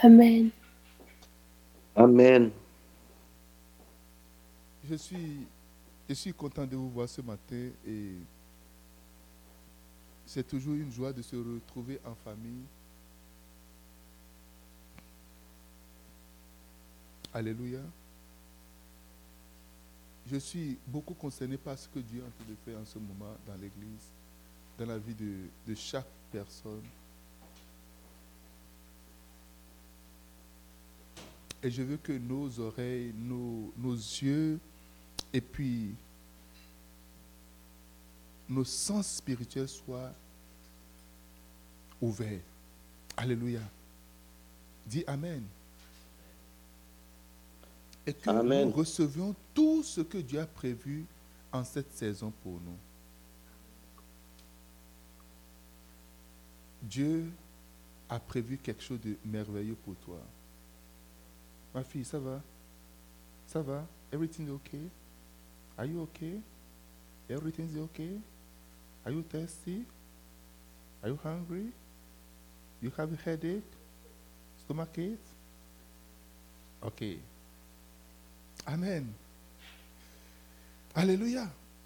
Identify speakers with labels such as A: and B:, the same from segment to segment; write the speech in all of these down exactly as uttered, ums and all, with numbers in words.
A: Amen.
B: Amen.
C: Je suis, je suis content de vous voir ce matin et c'est toujours une joie de se retrouver en famille. Alléluia. Je suis beaucoup concerné par ce que Dieu est en train de faire en ce moment dans l'Église, dans la vie de, de chaque personne. Et je veux que nos oreilles, nos, nos yeux et puis nos sens spirituels soient ouverts. Alléluia. Dis Amen. Et que
B: Amen.
C: nous recevions tout ce que Dieu a prévu en cette saison pour nous. Dieu a prévu quelque chose de merveilleux pour toi. Ma fille, ça va? Ça va? Everything is okay? Are you okay? Everything is okay? Are you thirsty? Are you hungry? You have a headache? Stomachache? Okay. Amen. Alléluia.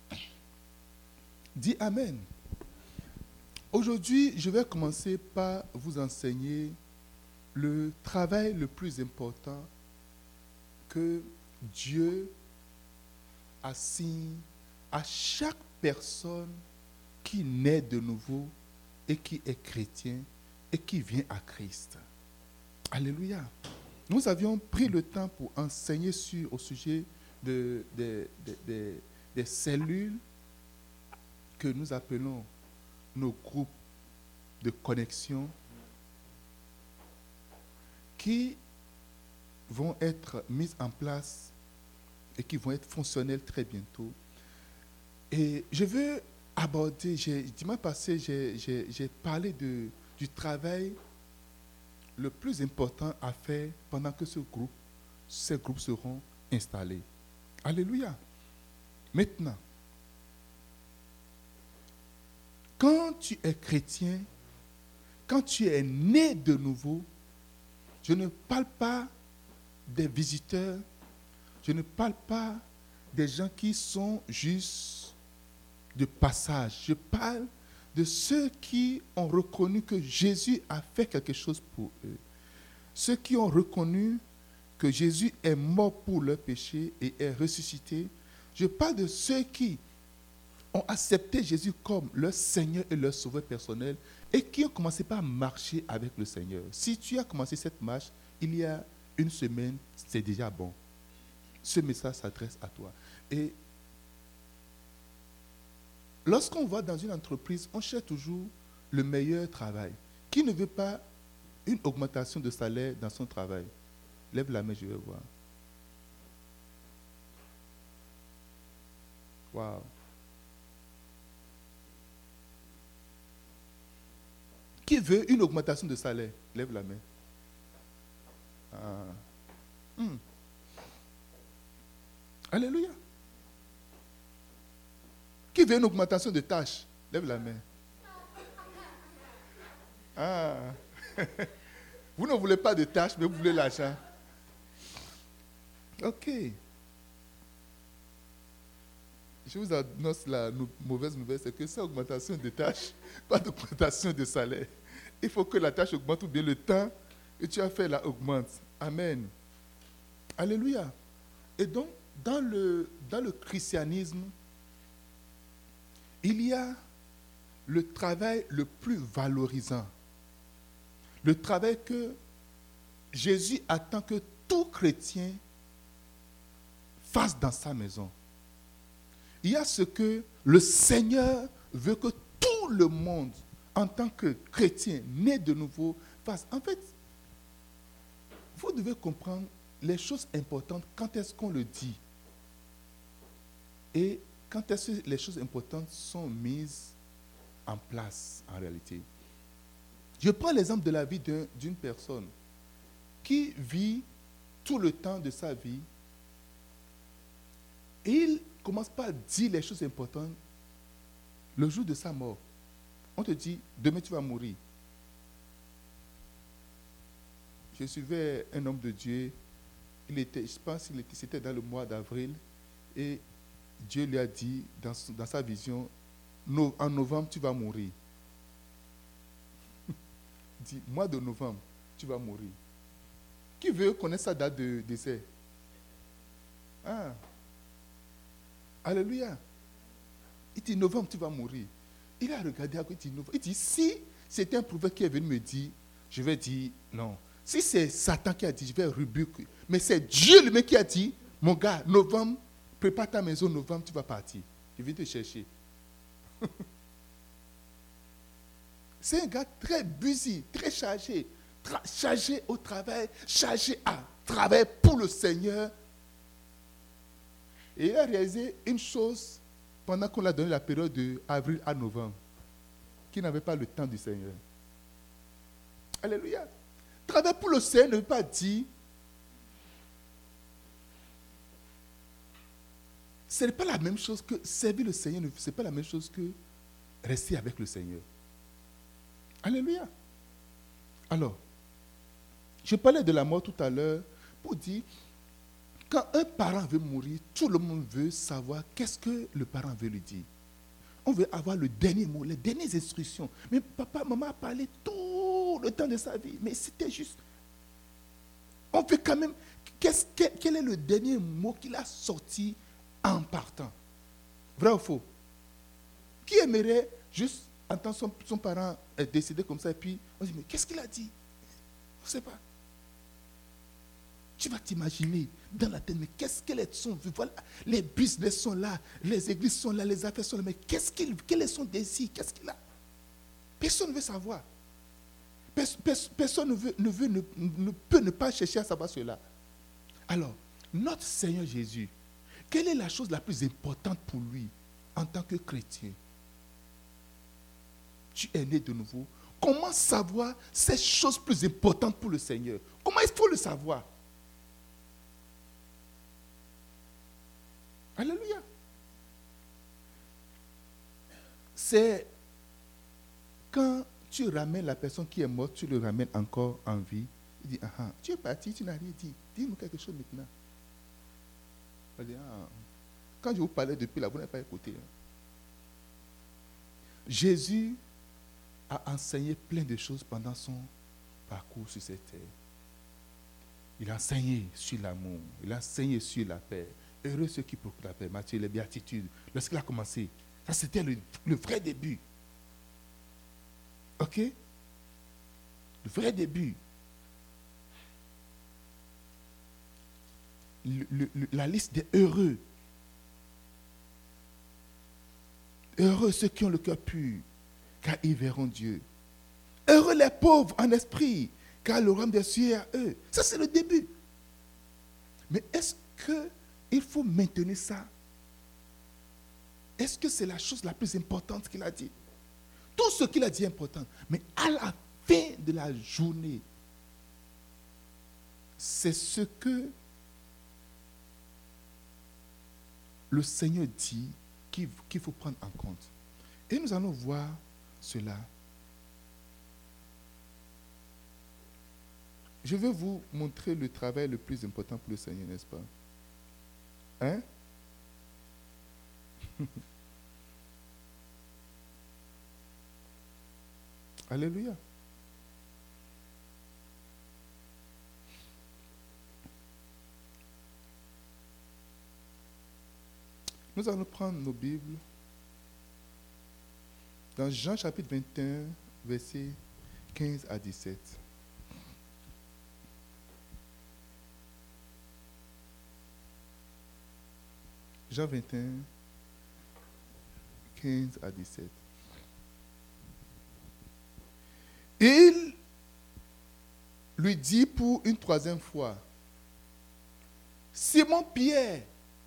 C: Dis Amen. Aujourd'hui, je vais commencer par vous enseigner le travail le plus important que Dieu assigne à chaque personne qui naît de nouveau et qui est chrétien et qui vient à Christ. Alléluia. Nous avions pris le temps pour enseigner sur, au sujet de, de, de, de, des cellules que nous appelons nos groupes de connexion qui vont être mises en place et qui vont être fonctionnelles très bientôt. Et je veux aborder, j'ai, dimanche passé, j'ai, j'ai, j'ai parlé de, du travail le plus important à faire pendant que ce groupe, ces groupes seront installés. Alléluia. Maintenant, quand tu es chrétien, quand tu es né de nouveau, je ne parle pas des visiteurs, je ne parle pas des gens qui sont juste de passage. Je parle de ceux qui ont reconnu que Jésus a fait quelque chose pour eux. Ceux qui ont reconnu que Jésus est mort pour leurs péchés et est ressuscité. Je parle de ceux qui ont accepté Jésus comme leur Seigneur et leur Sauveur personnel et qui ont commencé par marcher avec le Seigneur. Si tu as commencé cette marche il y a une semaine, c'est déjà bon. Ce message s'adresse à toi. Et lorsqu'on va dans une entreprise, on cherche toujours le meilleur travail. Qui ne veut pas une augmentation de salaire dans son travail? Lève la main, je vais voir. Wow. Qui veut une augmentation de salaire? Lève la main. Ah. Hmm. Alléluia. Qui veut une augmentation de tâches? Lève la main. Ah. Vous ne voulez pas de tâches, mais vous voulez l'argent. Ok. Je vous annonce la nou- mauvaise nouvelle, c'est que cette augmentation de tâches, pas d'augmentation de salaire. Il faut que la tâche augmente ou bien le temps que tu as fait la augmente. Amen. Alléluia. Et donc, dans le, dans le christianisme, il y a le travail le plus valorisant. Le travail que Jésus attend que tout chrétien fasse dans sa maison. Il y a ce que le Seigneur veut que tout le monde, en tant que chrétien, né de nouveau, fasse. En fait, vous devez comprendre les choses importantes, quand est-ce qu'on le dit et quand est-ce que les choses importantes sont mises en place en réalité. Je prends l'exemple de la vie d'un, d'une personne qui vit tout le temps de sa vie et il commence pas à dire les choses importantes le jour de sa mort. On te dit, demain tu vas mourir. je suivais un homme de Dieu. Il était, je pense que c'était dans le mois d'avril. Et Dieu lui a dit, dans, dans sa vision, no, en novembre, tu vas mourir. Il dit, mois de novembre, tu vas mourir. Qui veut connaître sa date de décès? Ah. Alléluia. Il dit, novembre, tu vas mourir. Il a regardé, il dit, novembre. Il dit, si c'était un prophète qui est venu me dire, je vais dire non. Si c'est Satan qui a dit, je vais rebuker. Mais c'est Dieu lui-même qui a dit, mon gars, novembre, prépare ta maison, novembre, tu vas partir. Je vais te chercher. C'est un gars très busy, très chargé. Tra- chargé au travail, chargé à travailler pour le Seigneur. Et il a réalisé une chose pendant qu'on a donné la période de avril à novembre, qu'il n'avait pas le temps du Seigneur. Alléluia. Travailler pour le Seigneur ne veut pas dire ce n'est pas la même chose que servir le Seigneur, ce n'est pas la même chose que rester avec le Seigneur. Alléluia. Alors, je parlais de la mort tout à l'heure pour dire, quand un parent veut mourir, tout le monde veut savoir qu'est-ce que le parent veut lui dire. On veut avoir le dernier mot, les dernières instructions. Mais papa, maman a parlé tout le temps de sa vie, mais c'était juste... On veut quand même... Qu'est-ce, quel est le dernier mot qu'il a sorti en partant? Vrai ou faux? Qui aimerait juste entendre son, son parent décéder comme ça et puis on dit, mais qu'est-ce qu'il a dit? On ne sait pas. Tu vas t'imaginer dans la tête, mais qu'est-ce qu'elle est son vue? Voilà, les business sont là, les églises sont là, les affaires sont là, mais qu'est-ce qu'il, quel est son désir? Qu'est-ce qu'il a? Personne ne veut savoir. Personne ne, veut, ne, veut, ne, ne peut ne pas chercher à savoir cela. Alors, notre Seigneur Jésus, quelle est la chose la plus importante pour lui en tant que chrétien? Tu es né de nouveau. Comment savoir ces choses plus importantes pour le Seigneur? Comment il faut le savoir? Alléluia. C'est quand tu ramènes la personne qui est morte, tu le ramènes encore en vie. Il dit, ah, ah, tu es parti, tu n'as rien dit. Dis-nous quelque chose maintenant. On dit, ah, quand je vous parlais depuis là, vous n'avez pas écouté. Hein. Jésus a enseigné plein de choses pendant son parcours sur cette terre. Il a enseigné sur l'amour, il a enseigné sur la paix. Heureux ceux qui procurent la paix. Matthieu, les béatitudes. Lorsqu'il a commencé, ça c'était le, le vrai début. Ok? Le vrai début. Le, le, le, la liste des heureux. Heureux ceux qui ont le cœur pur, car ils verront Dieu. Heureux les pauvres en esprit, car le royaume des cieux est à eux. Ça, c'est le début. Mais est-ce qu'il faut maintenir ça? Est-ce que c'est la chose la plus importante qu'il a dit? Tout ce qu'il a dit est important. Mais à la fin de la journée, c'est ce que le Seigneur dit qu'il, qu'il faut prendre en compte. Et nous allons voir cela. Je vais vous montrer le travail le plus important pour le Seigneur, n'est-ce pas? Hein? Alléluia. Nous allons prendre nos Bibles dans Jean chapitre vingt et un, versets quinze à dix-sept. Jean vingt et un, quinze à dix-sept. Il lui dit pour une troisième fois, Simon Pierre.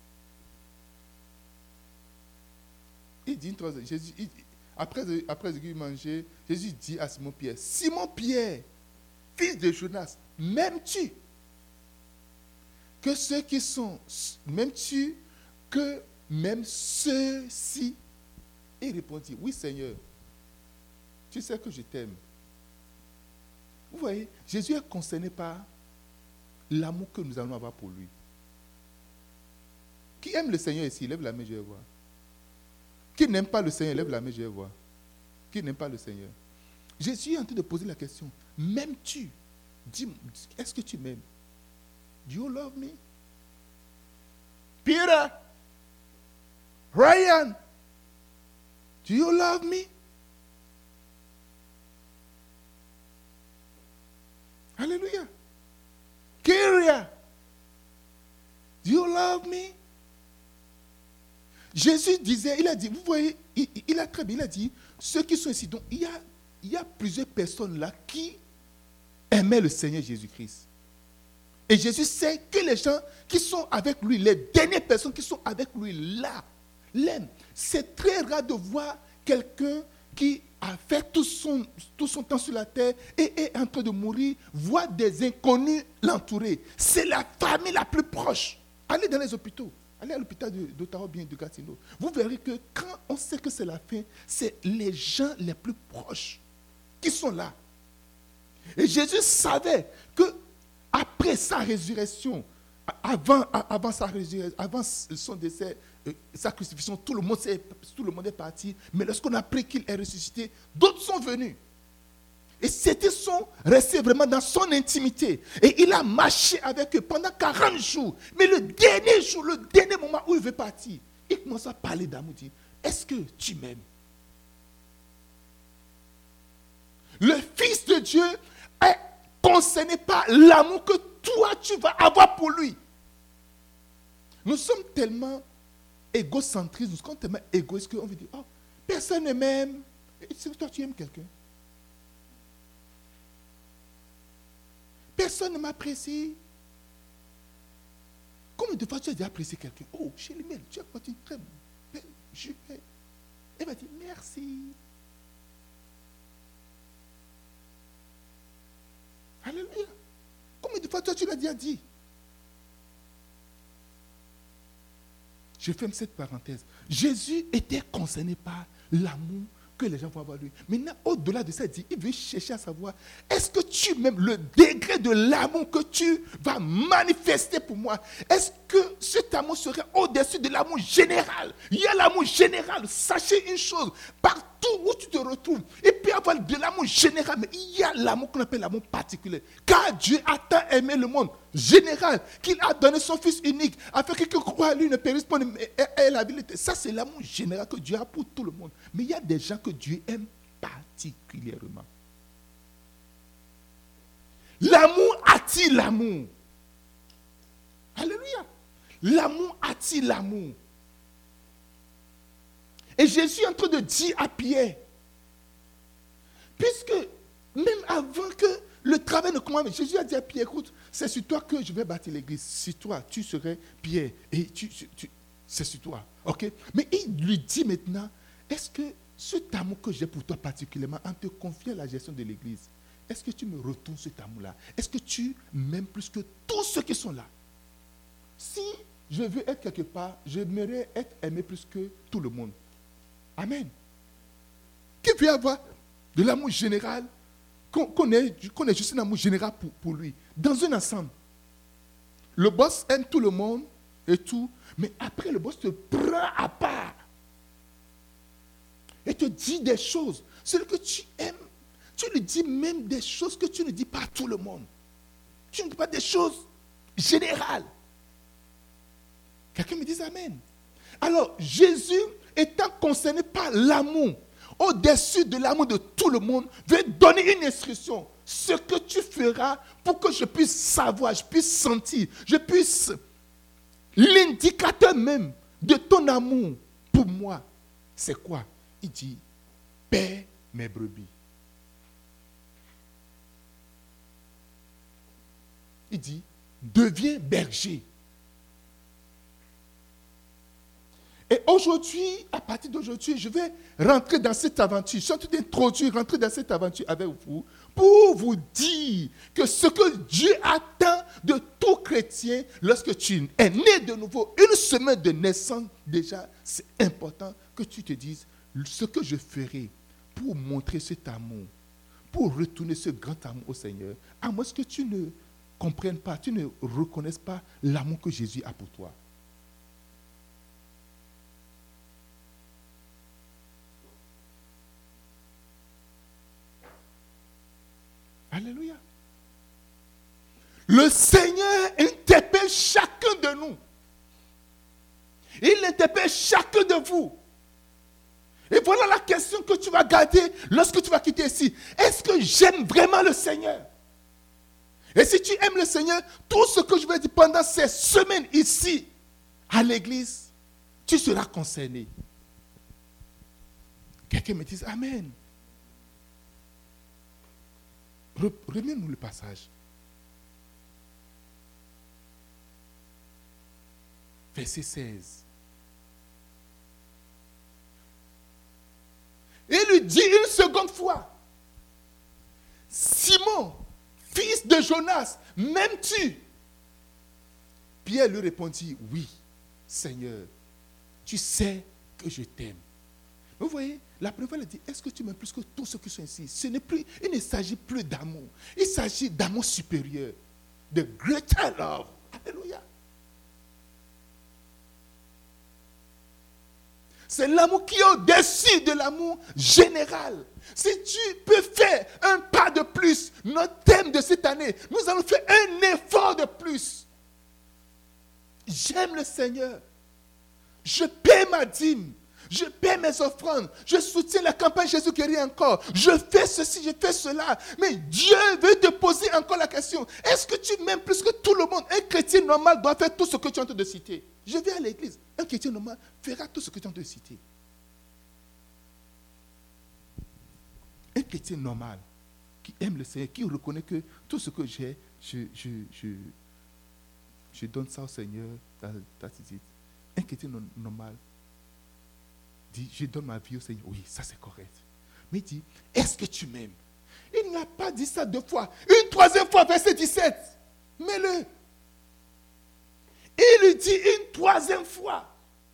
C: Il dit une troisième, Jésus, il, après, après qu'il mangeait, Jésus dit à Simon Pierre, Simon Pierre, fils de Jonas, m'aimes-tu que ceux qui sont, m'aimes-tu que même ceux-ci? Et il répondit, oui Seigneur, tu sais que je t'aime. Vous voyez, Jésus est concerné par l'amour que nous allons avoir pour lui. Qui aime le Seigneur ici, lève la main, je vais voir. Qui n'aime pas le Seigneur, lève la main, je vais voir. Qui n'aime pas le Seigneur? Jésus est en train de poser la question, m'aimes-tu? Dis-moi, est-ce que tu m'aimes? Do you love me? Peter, Ryan, do you love me? Alléluia. Kyria, do you love me? Jésus disait, il a dit, vous voyez, il, il a très bien, il a dit, ceux qui sont ici, donc il y a, il y a plusieurs personnes là qui aimaient le Seigneur Jésus-Christ. Et Jésus sait que les gens qui sont avec lui, les dernières personnes qui sont avec lui là, l'aiment. C'est très rare de voir quelqu'un qui a fait tout son, tout son temps sur la terre et est en train de mourir, voir des inconnus l'entourer. C'est la famille la plus proche. Allez dans les hôpitaux. Allez à l'hôpital d'Ottawa, bien de Gatineau. Vous verrez que quand on sait que c'est la fin, c'est les gens les plus proches qui sont là. Et Jésus savait que après sa résurrection, avant, avant, sa résurrection, avant son décès, euh, sa crucifixion, tout le, monde est, tout le monde est parti. Mais lorsqu'on a appris qu'il est ressuscité, d'autres sont venus. Et c'était son, resté vraiment dans son intimité. Et il a marché avec eux pendant quarante jours. Mais le dernier jour, le dernier moment où il veut partir, il commence à parler d'amour. Il dit, est-ce que tu m'aimes? Le Fils de Dieu est concerné par l'amour que toi, tu vas avoir pour lui. Nous sommes tellement égocentristes, nous sommes tellement égoïstes qu'on veut dire, oh, personne ne m'aime. Est-ce que toi, tu aimes quelqu'un? Personne ne m'apprécie. Combien de fois tu as déjà apprécié quelqu'un? Oh, chez lui, tu as porté une très belle jupe. Elle m'a dit merci. Alléluia. Combien de fois toi tu l'as déjà dit? Je ferme cette parenthèse. Jésus était concerné par l'amour que les gens vont avoir lui. Maintenant, au-delà de ça, il dit, il veut chercher à savoir, est-ce que tu m'aimes, le degré de l'amour que tu vas manifester pour moi? Est-ce que cet amour serait au-dessus de l'amour général? Il y a l'amour général. Sachez une chose, partout où tu te retrouves, il peut y avoir de l'amour général, mais il y a l'amour qu'on appelle l'amour particulier. Car Dieu a tant aimé le monde général qu'il a donné son Fils unique afin que quiconque croit à lui ne périsse pas et ait la vie. Ça, c'est l'amour général que Dieu a pour tout le monde. Mais il y a des gens que Dieu aime particulièrement. L'amour attire l'amour. Alléluia. L'amour attire l'amour. Et Jésus est en train de dire à Pierre, puisque même avant que le travail ne commence, Jésus a dit à Pierre, écoute, c'est sur toi que je vais bâtir l'église. Sur toi, tu serais Pierre. Et tu, tu, tu, c'est sur toi. Ok? Mais il lui dit maintenant, est-ce que cet amour que j'ai pour toi particulièrement, en te confiant la gestion de l'église, est-ce que tu me retournes cet amour-là? Est-ce que tu m'aimes plus que tous ceux qui sont là? Si je veux être quelque part, j'aimerais être aimé plus que tout le monde. Amen. Qui veut avoir de l'amour général, qu'on, qu'on, ait, qu'on ait juste un amour général pour, pour lui, dans un ensemble. Le boss aime tout le monde et tout, mais après le boss te prend à part et te dit des choses. Celui que tu aimes, tu lui dis même des choses que tu ne dis pas à tout le monde. Tu ne dis pas des choses générales. Quelqu'un me dit amen. Alors, Jésus, étant concerné par l'amour, au-dessus de l'amour de tout le monde, veut donner une instruction. Ce que tu feras pour que je puisse savoir, je puisse sentir, je puisse... L'indicateur même de ton amour pour moi, c'est quoi? Il dit, paie mes brebis. Il dit, deviens berger. Et aujourd'hui, à partir d'aujourd'hui, je vais rentrer dans cette aventure. Je suis en train d'introduire, rentrer dans cette aventure avec vous pour vous dire que ce que Dieu attend de tout chrétien, lorsque tu es né de nouveau, une semaine de naissance déjà, c'est important que tu te dises ce que je ferai pour montrer cet amour, pour retourner ce grand amour au Seigneur, à moins que tu ne comprennes pas, tu ne reconnaisses pas l'amour que Jésus a pour toi. Alléluia. Le Seigneur interpelle chacun de nous. Il interpelle chacun de vous. Et voilà la question que tu vas garder lorsque tu vas quitter ici. Est-ce que j'aime vraiment le Seigneur? Et si tu aimes le Seigneur, tout ce que je vais dire pendant ces semaines ici, à l'église, tu seras concerné. Quelqu'un me dit Amen. Remets-nous le passage. Verset seize. Et il lui dit une seconde fois, Simon, fils de Jonas, m'aimes-tu? Pierre lui répondit, oui, Seigneur, tu sais que je t'aime. Vous voyez, la première fois, elle dit, est-ce que tu m'aimes plus que tous ceux qui sont ici? Ce n'est plus, il ne s'agit plus d'amour. Il s'agit d'amour supérieur. De greater love. Alléluia. C'est l'amour qui est au-dessus de l'amour général. Si tu peux faire un pas de plus, notre thème de cette année, nous allons faire un effort de plus. J'aime le Seigneur. Je paie ma dîme. Je paie mes offrandes. Je soutiens la campagne Jésus guérit encore. Je fais ceci, je fais cela. Mais Dieu veut te poser encore la question. Est-ce que tu m'aimes plus que tout le monde? Un chrétien normal doit faire tout ce que tu es en train de citer. Je vais à l'église. Un chrétien normal fera tout ce que tu es en train de citer. Un chrétien normal qui aime le Seigneur, qui reconnaît que tout ce que j'ai, je, je, je, je donne ça au Seigneur. Un chrétien normal dit, je donne ma vie au Seigneur. Oui, ça c'est correct. Mais il dit, est-ce que tu m'aimes? Il n'a pas dit ça deux fois. Une troisième fois, verset dix-sept. Mets-le. Il lui dit une troisième fois.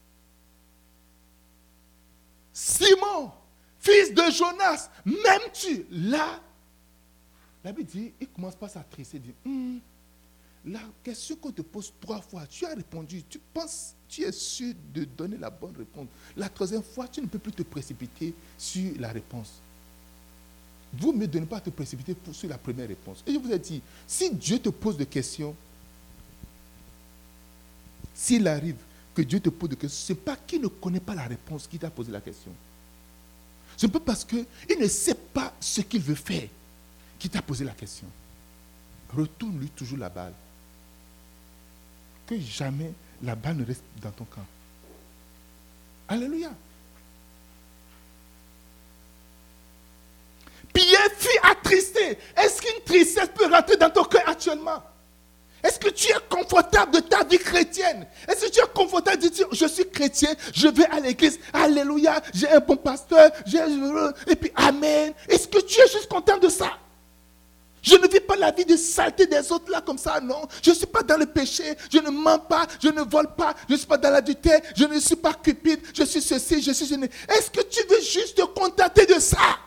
C: Simon, fils de Jonas, m'aimes-tu? Là, la Bible dit, il commence pas à s'attrisser. Il dit, hm, la question qu'on te pose trois fois, tu as répondu, tu penses, tu es sûr de donner la bonne réponse. La troisième fois, tu ne peux plus te précipiter sur la réponse. Vous ne me donnez pas à te précipiter pour, sur la première réponse. Et je vous ai dit, si Dieu te pose des questions, s'il arrive que Dieu te pose des questions, ce n'est pas qu'il ne connaît pas la réponse qui t'a posé la question. Ce n'est pas parce qu'il ne sait pas ce qu'il veut faire qu'il t'a posé la question. Retourne-lui toujours la balle. Que jamais la balle ne reste dans ton camp. Alléluia. Pierre fut attristé. Est-ce qu'une tristesse peut rentrer dans ton cœur actuellement? Est-ce que tu es confortable de ta vie chrétienne? Est-ce que tu es confortable de dire, je suis chrétien, je vais à l'église, alléluia, j'ai un bon pasteur, j'ai... et puis amen. Est-ce que tu es juste content de ça? Je ne vis pas la vie de saleté des autres là comme ça, non. Je ne suis pas dans le péché, je ne mens pas, je ne vole pas, je ne suis pas dans l'adultère, je ne suis pas cupide, je suis ceci, je suis... Je ne... Est-ce que tu veux juste te contenter de ça?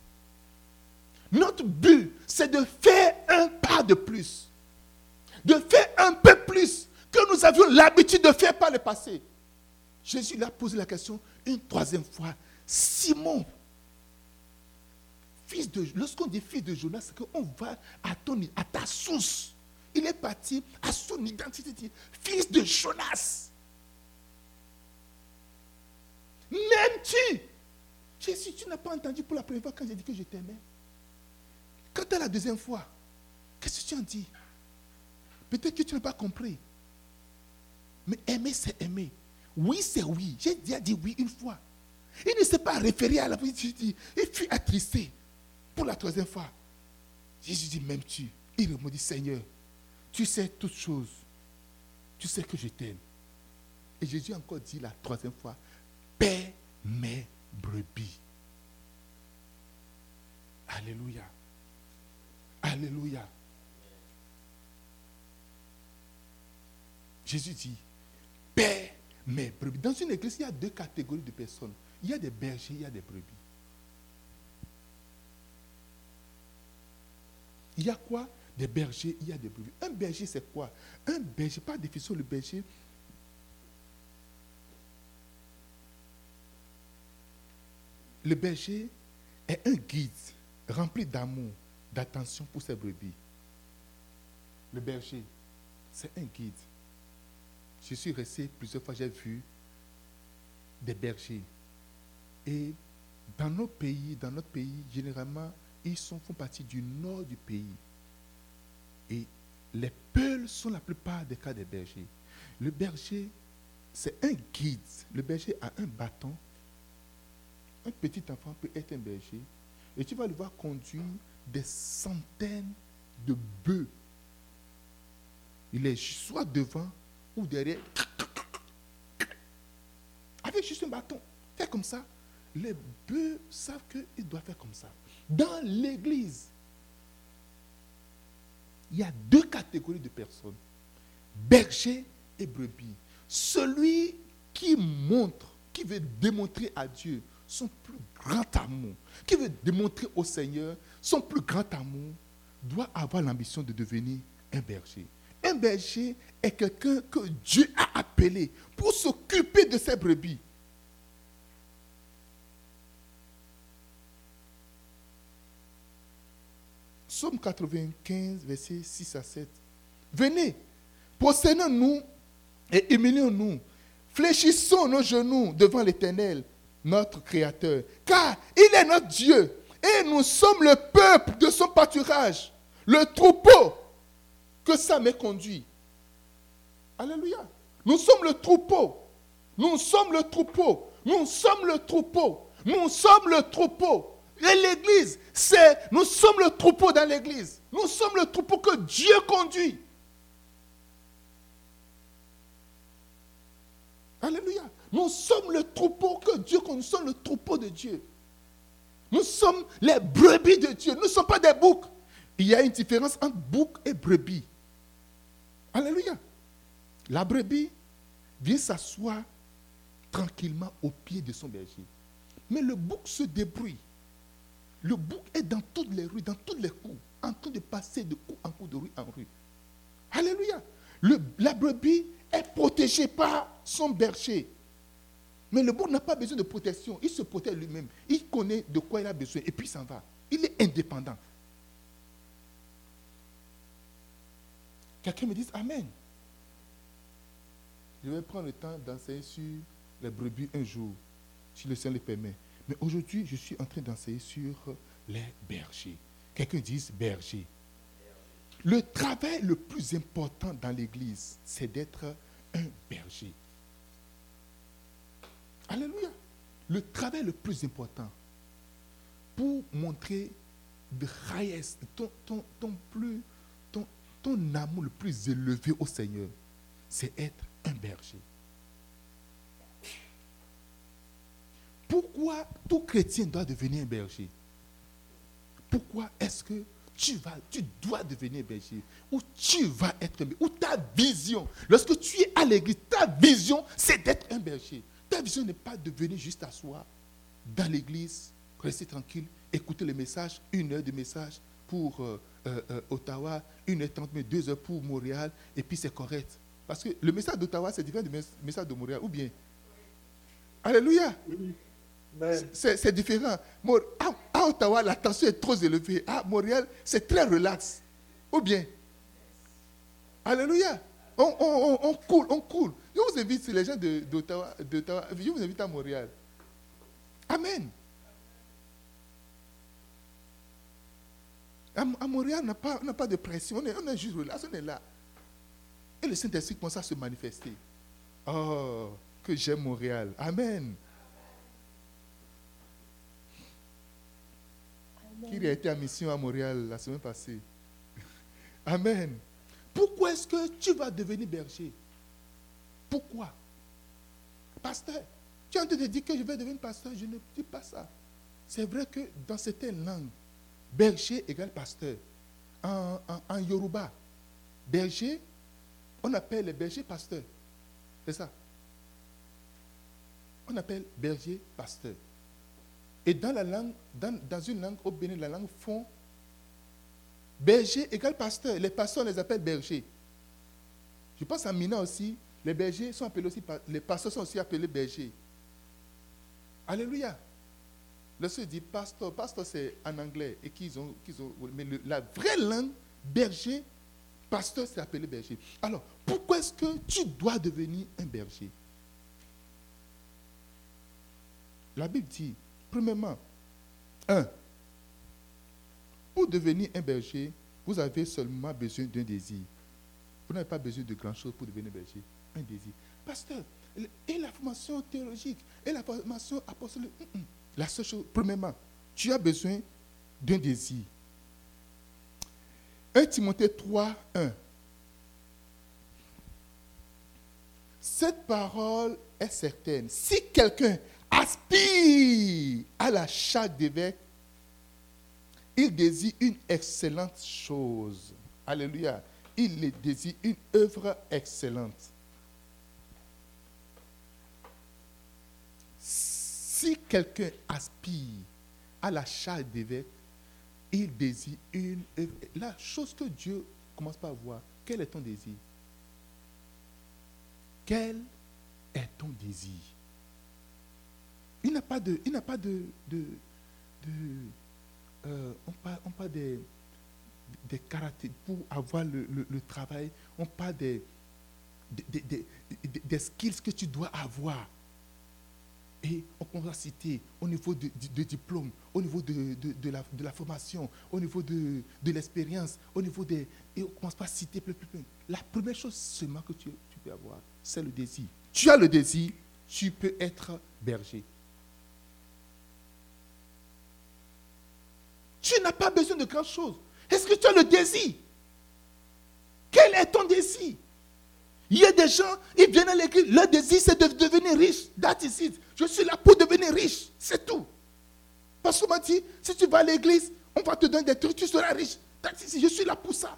C: Notre but, c'est de faire un pas de plus. De faire un peu plus que nous avions l'habitude de faire par le passé. Jésus lui a posé la question une troisième fois. Simon, fils de, lorsqu'on dit fils de Jonas, c'est qu'on va à, ton, à ta source. Il est parti à son identité. Dit, fils de Jonas. M'aimes-tu? Jésus, tu n'as pas entendu pour la première fois quand j'ai dit que je t'aimais. Quand à la deuxième fois, qu'est-ce que tu en dis? Peut-être que tu n'as pas compris. Mais aimer, c'est aimer. Oui, c'est oui. J'ai déjà dit oui une fois. Il ne s'est pas référé à la vie. Il fut attristé pour la troisième fois. Jésus dit, m'aimes-tu? Il me dit, Seigneur, tu sais toutes choses. Tu sais que je t'aime. Et Jésus a encore dit la troisième fois, paie mes brebis. Alléluia. Alléluia. Jésus dit, paie mes brebis. Dans une église, il y a deux catégories de personnes. Il y a des bergers, il y a des brebis. il y a quoi? Des bergers, il y a des brebis. Un berger, c'est quoi? Un berger, par définition, le berger, le berger est un guide rempli d'amour, d'attention pour ses brebis. Le berger, c'est un guide. Je suis resté plusieurs fois, j'ai vu des bergers. Et dans nos pays, dans notre pays, généralement, ils sont, font partie du nord du pays. Et les peuls sont la plupart des cas des bergers. Le berger, c'est un guide. Le berger a un bâton. Un petit enfant peut être un berger. Et tu vas le voir conduire des centaines de bœufs. Il est soit devant ou derrière. Avec juste un bâton. Faire comme ça. Les bœufs savent qu'ils doivent faire comme ça. Dans l'église, il y a deux catégories de personnes. Berger et brebis. Celui qui montre, qui veut démontrer à Dieu son plus grand amour, qui veut démontrer au Seigneur son plus grand amour, doit avoir l'ambition de devenir un berger. Un berger est quelqu'un que Dieu a appelé pour s'occuper de ses brebis. Psaume quatre-vingt-quinze, versets six à sept. Venez, prosternons-nous et humilions-nous. Fléchissons nos genoux devant l'Éternel, notre Créateur. Car il est notre Dieu et nous sommes le peuple de son pâturage, le troupeau que sa main conduit. Alléluia. Nous sommes le troupeau. Nous sommes le troupeau. Nous sommes le troupeau. Nous sommes le troupeau. Et l'église, c'est, nous sommes le troupeau dans l'église. Nous sommes le troupeau que Dieu conduit. Alléluia. Nous sommes le troupeau que Dieu conduit. Nous sommes le troupeau de Dieu. Nous sommes les brebis de Dieu. Nous ne sommes pas des boucs. Il y a une différence entre bouc et brebis. Alléluia. La brebis vient s'asseoir tranquillement au pied de son berger. Mais le bouc se débrouille. Le bouc est dans toutes les rues, dans toutes les cours, en train de passer de coup en coup, de rue en rue. Alléluia. Le, la brebis est protégée par son berger. Mais le bouc n'a pas besoin de protection. Il se protège lui-même. Il connaît de quoi il a besoin et puis il s'en va. Il est indépendant. Quelqu'un me dit Amen. Je vais prendre le temps d'enseigner sur les brebis un jour, si le Seigneur le permet. Mais aujourd'hui, je suis en train d'enseigner sur les bergers. Quelqu'un dise berger. Le travail le plus important dans l'église, c'est d'être un berger. Alléluia. Le travail le plus important pour montrer the highest, ton, ton, ton, plus, ton, ton amour le plus élevé au Seigneur, c'est être un berger. Pourquoi tout chrétien doit devenir un berger? Pourquoi est-ce que tu vas, tu dois devenir berger? Ou tu vas être un berger? Ou ta vision, lorsque tu es à l'église, ta vision, c'est d'être un berger. Ta vision n'est pas de venir juste t'asseoir dans l'église, rester tranquille, écouter le message, une heure de message pour euh, euh, euh, Ottawa, une heure trente, mais deux heures pour Montréal, et puis c'est correct. Parce que le message d'Ottawa, c'est différent du message de Montréal, ou bien? Alléluia. Oui. C'est, c'est différent. À, à Ottawa, la tension est trop élevée. À Montréal, c'est très relax. Ou bien? Alléluia. On, on, on, on coule, on coule. Je vous invite, les gens de, d'Ottawa, d'Ottawa, je vous invite à Montréal. Amen. À, à Montréal, on n'a pas, on n'a pas de pression. On est, on est juste relax, on est là. Et le Saint-Esprit commence à se manifester. Oh, que j'aime Montréal. Amen. Qui a été en mission à Montréal la semaine passée. Amen. Pourquoi est-ce que tu vas devenir berger? Pourquoi? Pasteur, tu es en train de dire que je vais devenir pasteur. Je ne dis pas ça. C'est vrai que dans certaines langues, berger égale pasteur. En, en, en Yoruba, berger, on appelle les bergers pasteurs. C'est ça. On appelle berger pasteur. Et dans la langue, dans, dans une langue au Bénin, la langue fond, Berger égale pasteur. Les pasteurs, on les appelle bergers. Je pense à Mina aussi, les bergers sont appelés aussi, les pasteurs sont aussi appelés bergers. Alléluia. Lorsque je dis pasteur, pasteur c'est en anglais, et qu'ils ont, qu'ils ont, mais le, la vraie langue, berger, pasteur c'est appelé berger. Alors, pourquoi est-ce que tu dois devenir un berger? La Bible dit, premièrement, un, pour devenir un berger, vous avez seulement besoin d'un désir. Vous n'avez pas besoin de grand-chose pour devenir berger. Un désir. Pasteur, et la formation théologique, et la formation apostolique. La seule chose, premièrement, tu as besoin d'un désir. un Timothée trois, un. Cette parole est certaine. Si quelqu'un aspire à la charge d'évêque, il désire une excellente chose. Alléluia. Il désire une œuvre excellente. Si quelqu'un aspire à la charge d'évêque, il désire une œuvre. La chose que Dieu commence par voir, quel est ton désir? Quel est ton désir? Il n'a pas de, il n'a pas de, de, de euh, on parle, on parle des, des caractères pour avoir le, le, le travail. On parle des, des, des, des, des skills que tu dois avoir. Et on commence à citer au niveau de, de, de diplôme, au niveau de, de, de, la, de la formation, au niveau de, de l'expérience, au niveau des... Et on commence pas à citer plus, plus, plus. La première chose seulement que tu, tu peux avoir, c'est le désir. Tu as le désir, tu peux être berger. Tu n'as pas besoin de grand chose. Est-ce que tu as le désir? Quel est ton désir? Il y a des gens, ils viennent à l'église, leur désir c'est de devenir riche. That is it. Je suis là pour devenir riche, c'est tout. Parce qu'on m'a dit, si tu vas à l'église, on va te donner des trucs, tu seras riche. That is it. Je suis là pour ça.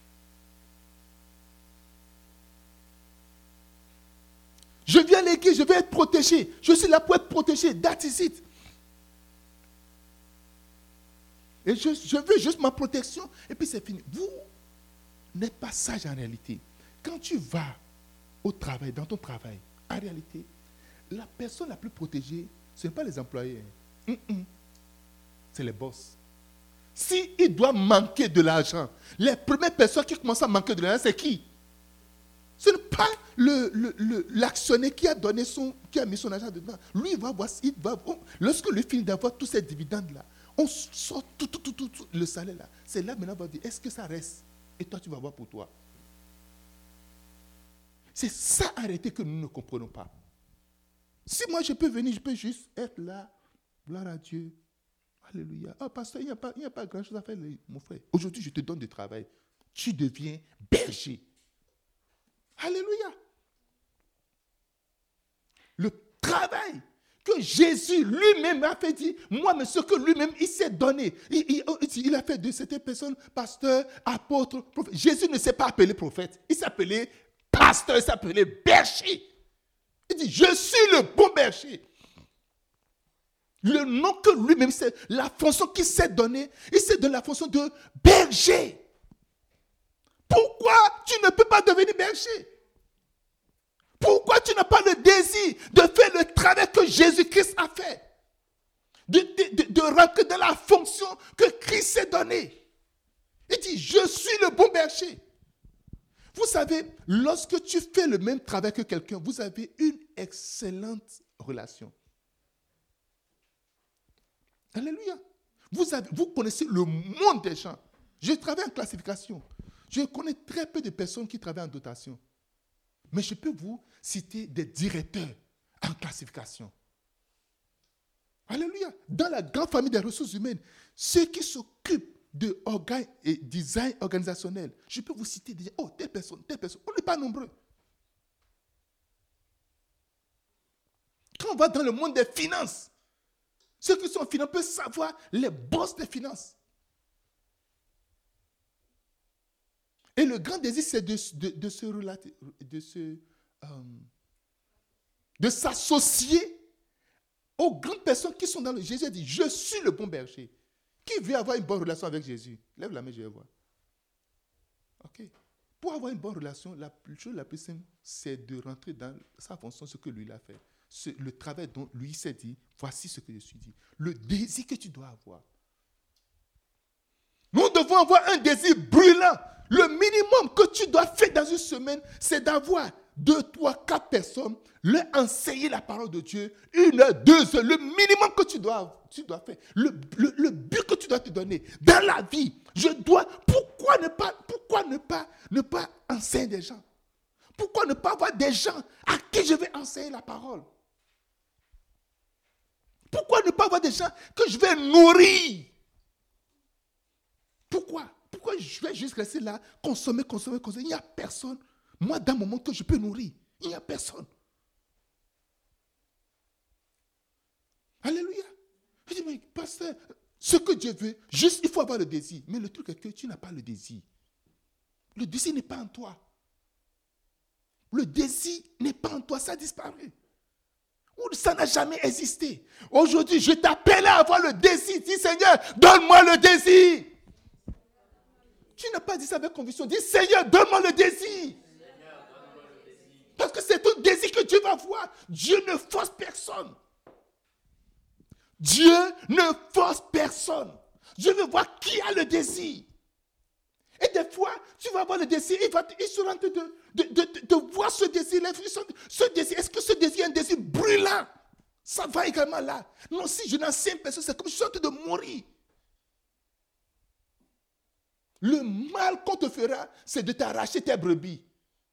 C: Je viens à l'église, je vais être protégé. Je suis là pour être protégé. That is it. Et je, je veux juste ma protection, et puis c'est fini. Vous n'êtes pas sage en réalité. Quand tu vas au travail, dans ton travail, en réalité, la personne la plus protégée, ce n'est pas les employés. Mm-mm. C'est les boss. S'il doit manquer de l'argent, les premières personnes qui commencent à manquer de l'argent, c'est qui? Ce n'est pas le, le, le, l'actionnaire qui a, donné son, qui a mis son argent dedans. Lui, il va voir, il va, oh, lorsque lui finit d'avoir tous ces dividendes-là, on sort tout, tout, tout, tout, tout le salaire là. C'est là maintenant, on va dire, est-ce que ça reste? Et toi, tu vas voir pour toi. C'est ça en réalité que nous ne comprenons pas. Si moi je peux venir, je peux juste être là, gloire à Dieu. Alléluia. Ah, pasteur, il n'y a pas, il n'y a pas grand-chose à faire, mon frère. Aujourd'hui, je te donne du travail. Tu deviens berger. Alléluia. Le travail que Jésus lui-même a fait dire, moi, mais ce que lui-même, il s'est donné. Il, il, il a fait de cette personne pasteur, apôtre, prophète. Jésus ne s'est pas appelé prophète. Il s'est appelé pasteur, il s'est appelé berger. Il dit, je suis le bon berger. Le nom que lui-même, c'est la fonction qu'il s'est donnée. Il s'est donné la fonction de berger. Pourquoi tu ne peux pas devenir berger? Pourquoi tu n'as pas le désir de faire le travail que Jésus-Christ a fait? De, de, de, de rentrer dans la fonction que Christ s'est donnée. Il dit, je suis le bon berger. Vous savez, lorsque tu fais le même travail que quelqu'un, vous avez une excellente relation. Alléluia. Vous, avez, vous connaissez le monde des gens. Je travaille en classification. Je connais très peu de personnes qui travaillent en dotation. Mais je peux vous citer des directeurs en classification. Alléluia. Dans la grande famille des ressources humaines, ceux qui s'occupent de organes et design organisationnel, je peux vous citer des gens, oh, telle personne, telle personne. On n'est pas nombreux. Quand on va dans le monde des finances, ceux qui sont en finance peuvent savoir les boss des finances. Et le grand désir, c'est de, de, de se relater, de se, euh, de s'associer aux grandes personnes qui sont dans le... Jésus dit, je suis le bon berger. Qui veut avoir une bonne relation avec Jésus? Lève la main, je vais voir. Ok. Pour avoir une bonne relation, la chose la plus simple, c'est de rentrer dans sa fonction, ce que lui il a fait. Ce, le travail dont lui s'est dit, voici ce que je suis dit. Le désir que tu dois avoir. Nous devons avoir un désir brûlant. Le minimum que tu dois faire dans une semaine, c'est d'avoir deux, trois, quatre personnes, leur enseigner la parole de Dieu, une heure, deux heures, le minimum que tu dois, tu dois faire, le, le, le but que tu dois te donner dans la vie. Je dois, pourquoi ne pas, pourquoi ne pas, ne pas enseigner des gens? Pourquoi ne pas avoir des gens à qui je vais enseigner la parole? Pourquoi ne pas avoir des gens que je vais nourrir? Pourquoi? Pourquoi je vais juste rester là, consommer, consommer, consommer? Il n'y a personne. Moi, dans mon monde que je peux nourrir, il n'y a personne. Alléluia. Je dis, mais pasteur, ce que Dieu veut, juste, il faut avoir le désir. Mais le truc est que tu n'as pas le désir. Le désir n'est pas en toi. Le désir n'est pas en toi, ça a disparu. Ou ça n'a jamais existé. Aujourd'hui, je t'appelle à avoir le désir. Dis, Seigneur, donne-moi le désir. Tu n'as pas dit ça avec conviction. Dis, Seigneur, donne-moi le désir. Parce que c'est un désir que Dieu va voir. Dieu ne force personne. Dieu ne force personne. Dieu veut voir qui a le désir. Et des fois, tu vas avoir le désir, il, va, il sera en train de, de, de, de, de voir ce désir. Ce désir, est-ce que ce désir est un désir brûlant? Ça va également là. Non, si je n'enseigne personne, c'est comme si je suis en train de mourir. Le mal qu'on te fera, c'est de t'arracher tes brebis.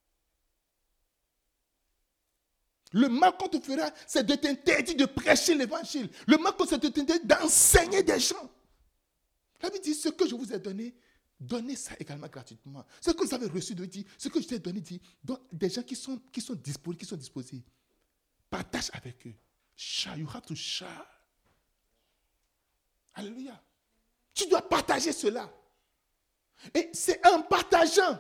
C: Le mal qu'on te fera, c'est de t'interdire de prêcher l'évangile. Le mal qu'on te fera, c'est d'enseigner des gens. La Bible dit, ce que je vous ai donné, donnez ça également gratuitement. Ce que vous avez reçu de dire, ce que je t'ai donné, dit, donc des gens qui sont, qui sont disposés, qui sont disposés, partage avec eux. Share, you have to share. Alléluia. Tu dois partager cela. Et c'est en partageant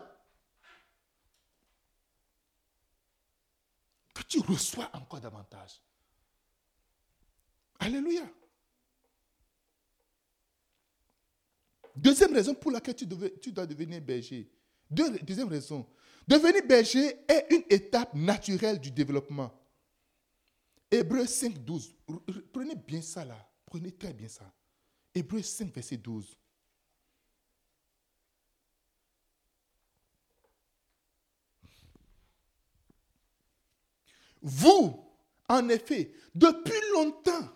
C: que tu reçois encore davantage. Alléluia. Deuxième raison pour laquelle tu, devais, tu dois devenir berger. Deux, deuxième raison. Devenir berger est une étape naturelle du développement. Hébreux cinq, douze. Prenez bien ça là. Prenez très bien ça. Hébreux cinq, verset douze. Vous, en effet, depuis longtemps,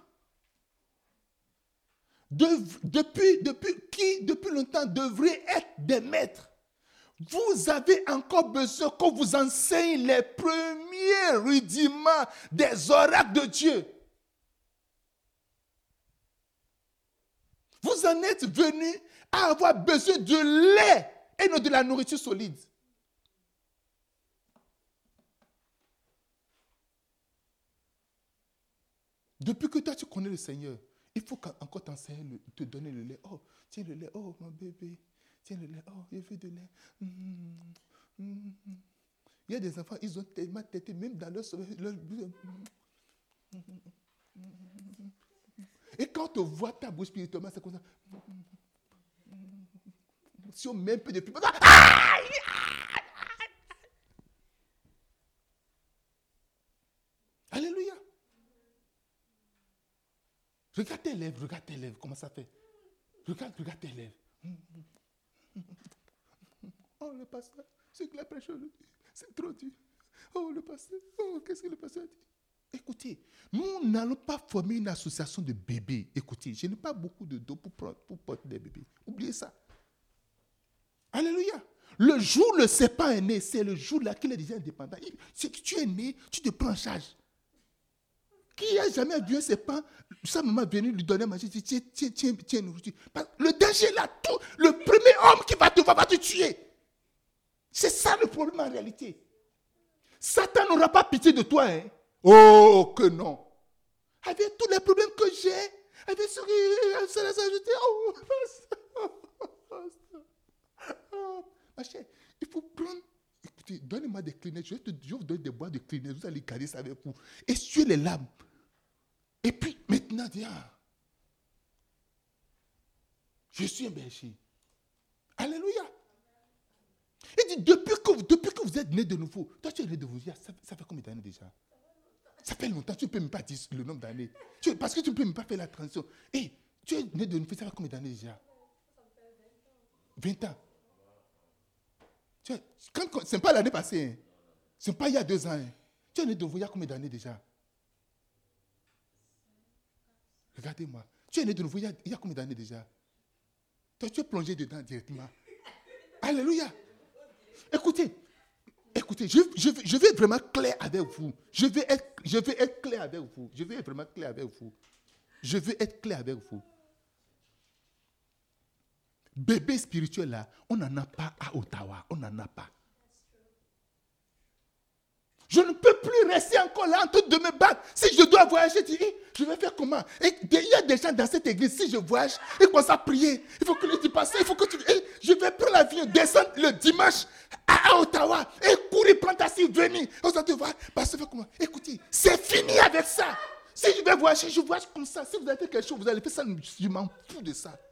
C: de, depuis, depuis, qui depuis longtemps devrait être des maîtres, vous avez encore besoin qu'on vous enseigne les premiers rudiments des oracles de Dieu. Vous en êtes venus à avoir besoin de lait et non de la nourriture solide. Depuis que toi tu connais le Seigneur, il faut encore t'enseigner, te donner le lait. Oh, tiens le lait, oh mon bébé, tiens le lait, oh, je veux de lait. Mmh, mmh, mmh. Il y a des enfants, ils ont tellement tété, même dans leur sommeil. Leur... Et quand on te voit ta bouche spirituellement, c'est comme ça. Si on met un peu de pub, alléluia. Regarde tes lèvres, regarde tes lèvres, comment ça fait? Regarde, regarde tes lèvres. Oh, le pasteur, c'est que la prêche aujourd'hui, c'est trop dur. Oh, le pasteur, oh, qu'est-ce que le pasteur dit? Écoutez, nous n'allons pas former une association de bébés. Écoutez, je n'ai pas beaucoup de dos pour, prendre, pour porter des bébés. Oubliez ça. Alléluia. Le jour où le serpent est né, c'est le jour là qu'il est déjà indépendant. C'est que tu es né, tu te prends en charge. Qui n'a jamais vu un serpent, sa maman est venue lui donner à manger, dit tiens, tiens, tiens, tiens, nourriture. Le danger là, tout, le premier homme qui va te voir va te tuer. C'est ça le problème en réalité. Satan n'aura pas pitié de toi, hein. Oh, que non. Avec tous les problèmes que j'ai, avec ce que ça les a ajoutés, oh, oh, ma chère, il faut prendre, écoutez, donnez-moi des Kleenex, je vais, te, je vais vous donner des boîtes de Kleenex, vous allez garder ça avec vous. Essuyez les larmes. Et puis, maintenant, viens. Je suis un berger. Alléluia. dit, depuis que, vous- depuis que vous êtes né de nouveau, toi tu es né de nouveau, ça, ça fait combien d'années déjà? Ça fait longtemps, tu ne peux même pas dire le nombre d'années. Tu- Parce que tu ne peux même pas faire la transition. Hé, tu es né de nouveau, ça fait combien d'années déjà? vingt ans. Tu sais, quand- quand- ce n'est pas l'année passée, hein. Ce n'est pas il y a deux ans. Hein. Tu es né de nouveau il y a combien d'années déjà? Regardez-moi. Tu es né de nouveau il y a, il y a combien d'années déjà? Toi, tu es plongé dedans directement. Alléluia. Écoutez, écoutez, je, je, je vais être vraiment clair avec vous. Je vais être, je vais être clair avec vous. Je vais être vraiment clair avec vous. Je vais être clair avec vous. Bébé spirituel là, on n'en a pas à Ottawa. On n'en a pas. Je ne peux plus rester encore là en train de me battre. Si je dois voyager, je dis, eh, je vais faire comment? Et il y a des gens dans cette église, si je voyage, ils commencent à prier. Il faut que le passe, il faut que tu... Eh, je vais prendre l'avion, descendre le dimanche à, à Ottawa et courir, prendre taxi, venir. On s'en voir, passer faire comment? Écoutez, c'est fini avec ça. Si je vais voyager, je voyage comme ça. Si vous avez fait quelque chose, vous allez faire ça, je m'en fous de ça.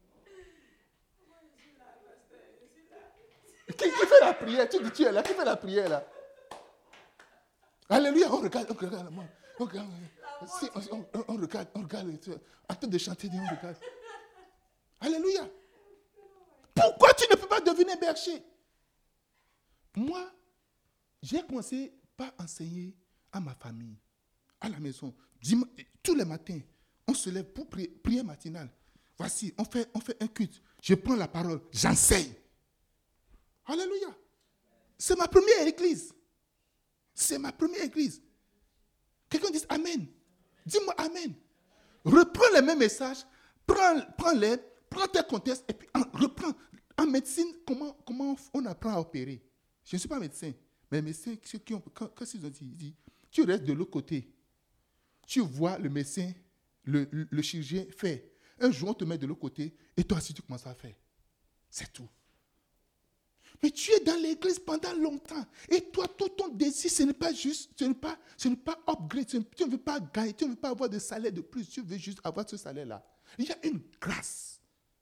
C: Qui, qui fait la prière? Tu dis, tu es là, qui fait la prière là? Alléluia, on regarde, on regarde, on regarde, si, on, on, on regarde, on regarde, en train de chanter, on regarde. Alléluia. Pourquoi tu ne peux pas devenir berger? Moi, j'ai commencé par enseigner à ma famille, à la maison. Dim- tous les matins, on se lève pour prier, prière matinale. Voici, on fait, on fait un culte. Je prends la parole, j'enseigne. Alléluia. C'est ma première église. C'est ma première église. Quelqu'un dit Amen. Dis-moi Amen. Reprends les mêmes messages, prends, prends-les, prends tes contextes et puis en, reprends. En médecine, comment, comment on apprend à opérer? Je ne suis pas médecin, mais les médecins, ceux qui ont, quand, quand ils ont dit, ils disent, tu restes de l'autre côté. Tu vois le médecin, le, le, le chirurgien faire. Un jour, on te met de l'autre côté et toi aussi, tu commences à faire. C'est tout. Mais tu es dans l'église pendant longtemps. Et toi, tout ton désir, ce n'est pas juste, ce n'est pas, ce n'est pas upgrade. Tu ne veux pas gagner, tu ne veux pas avoir de salaire de plus. Tu veux juste avoir ce salaire-là. Il y a une grâce.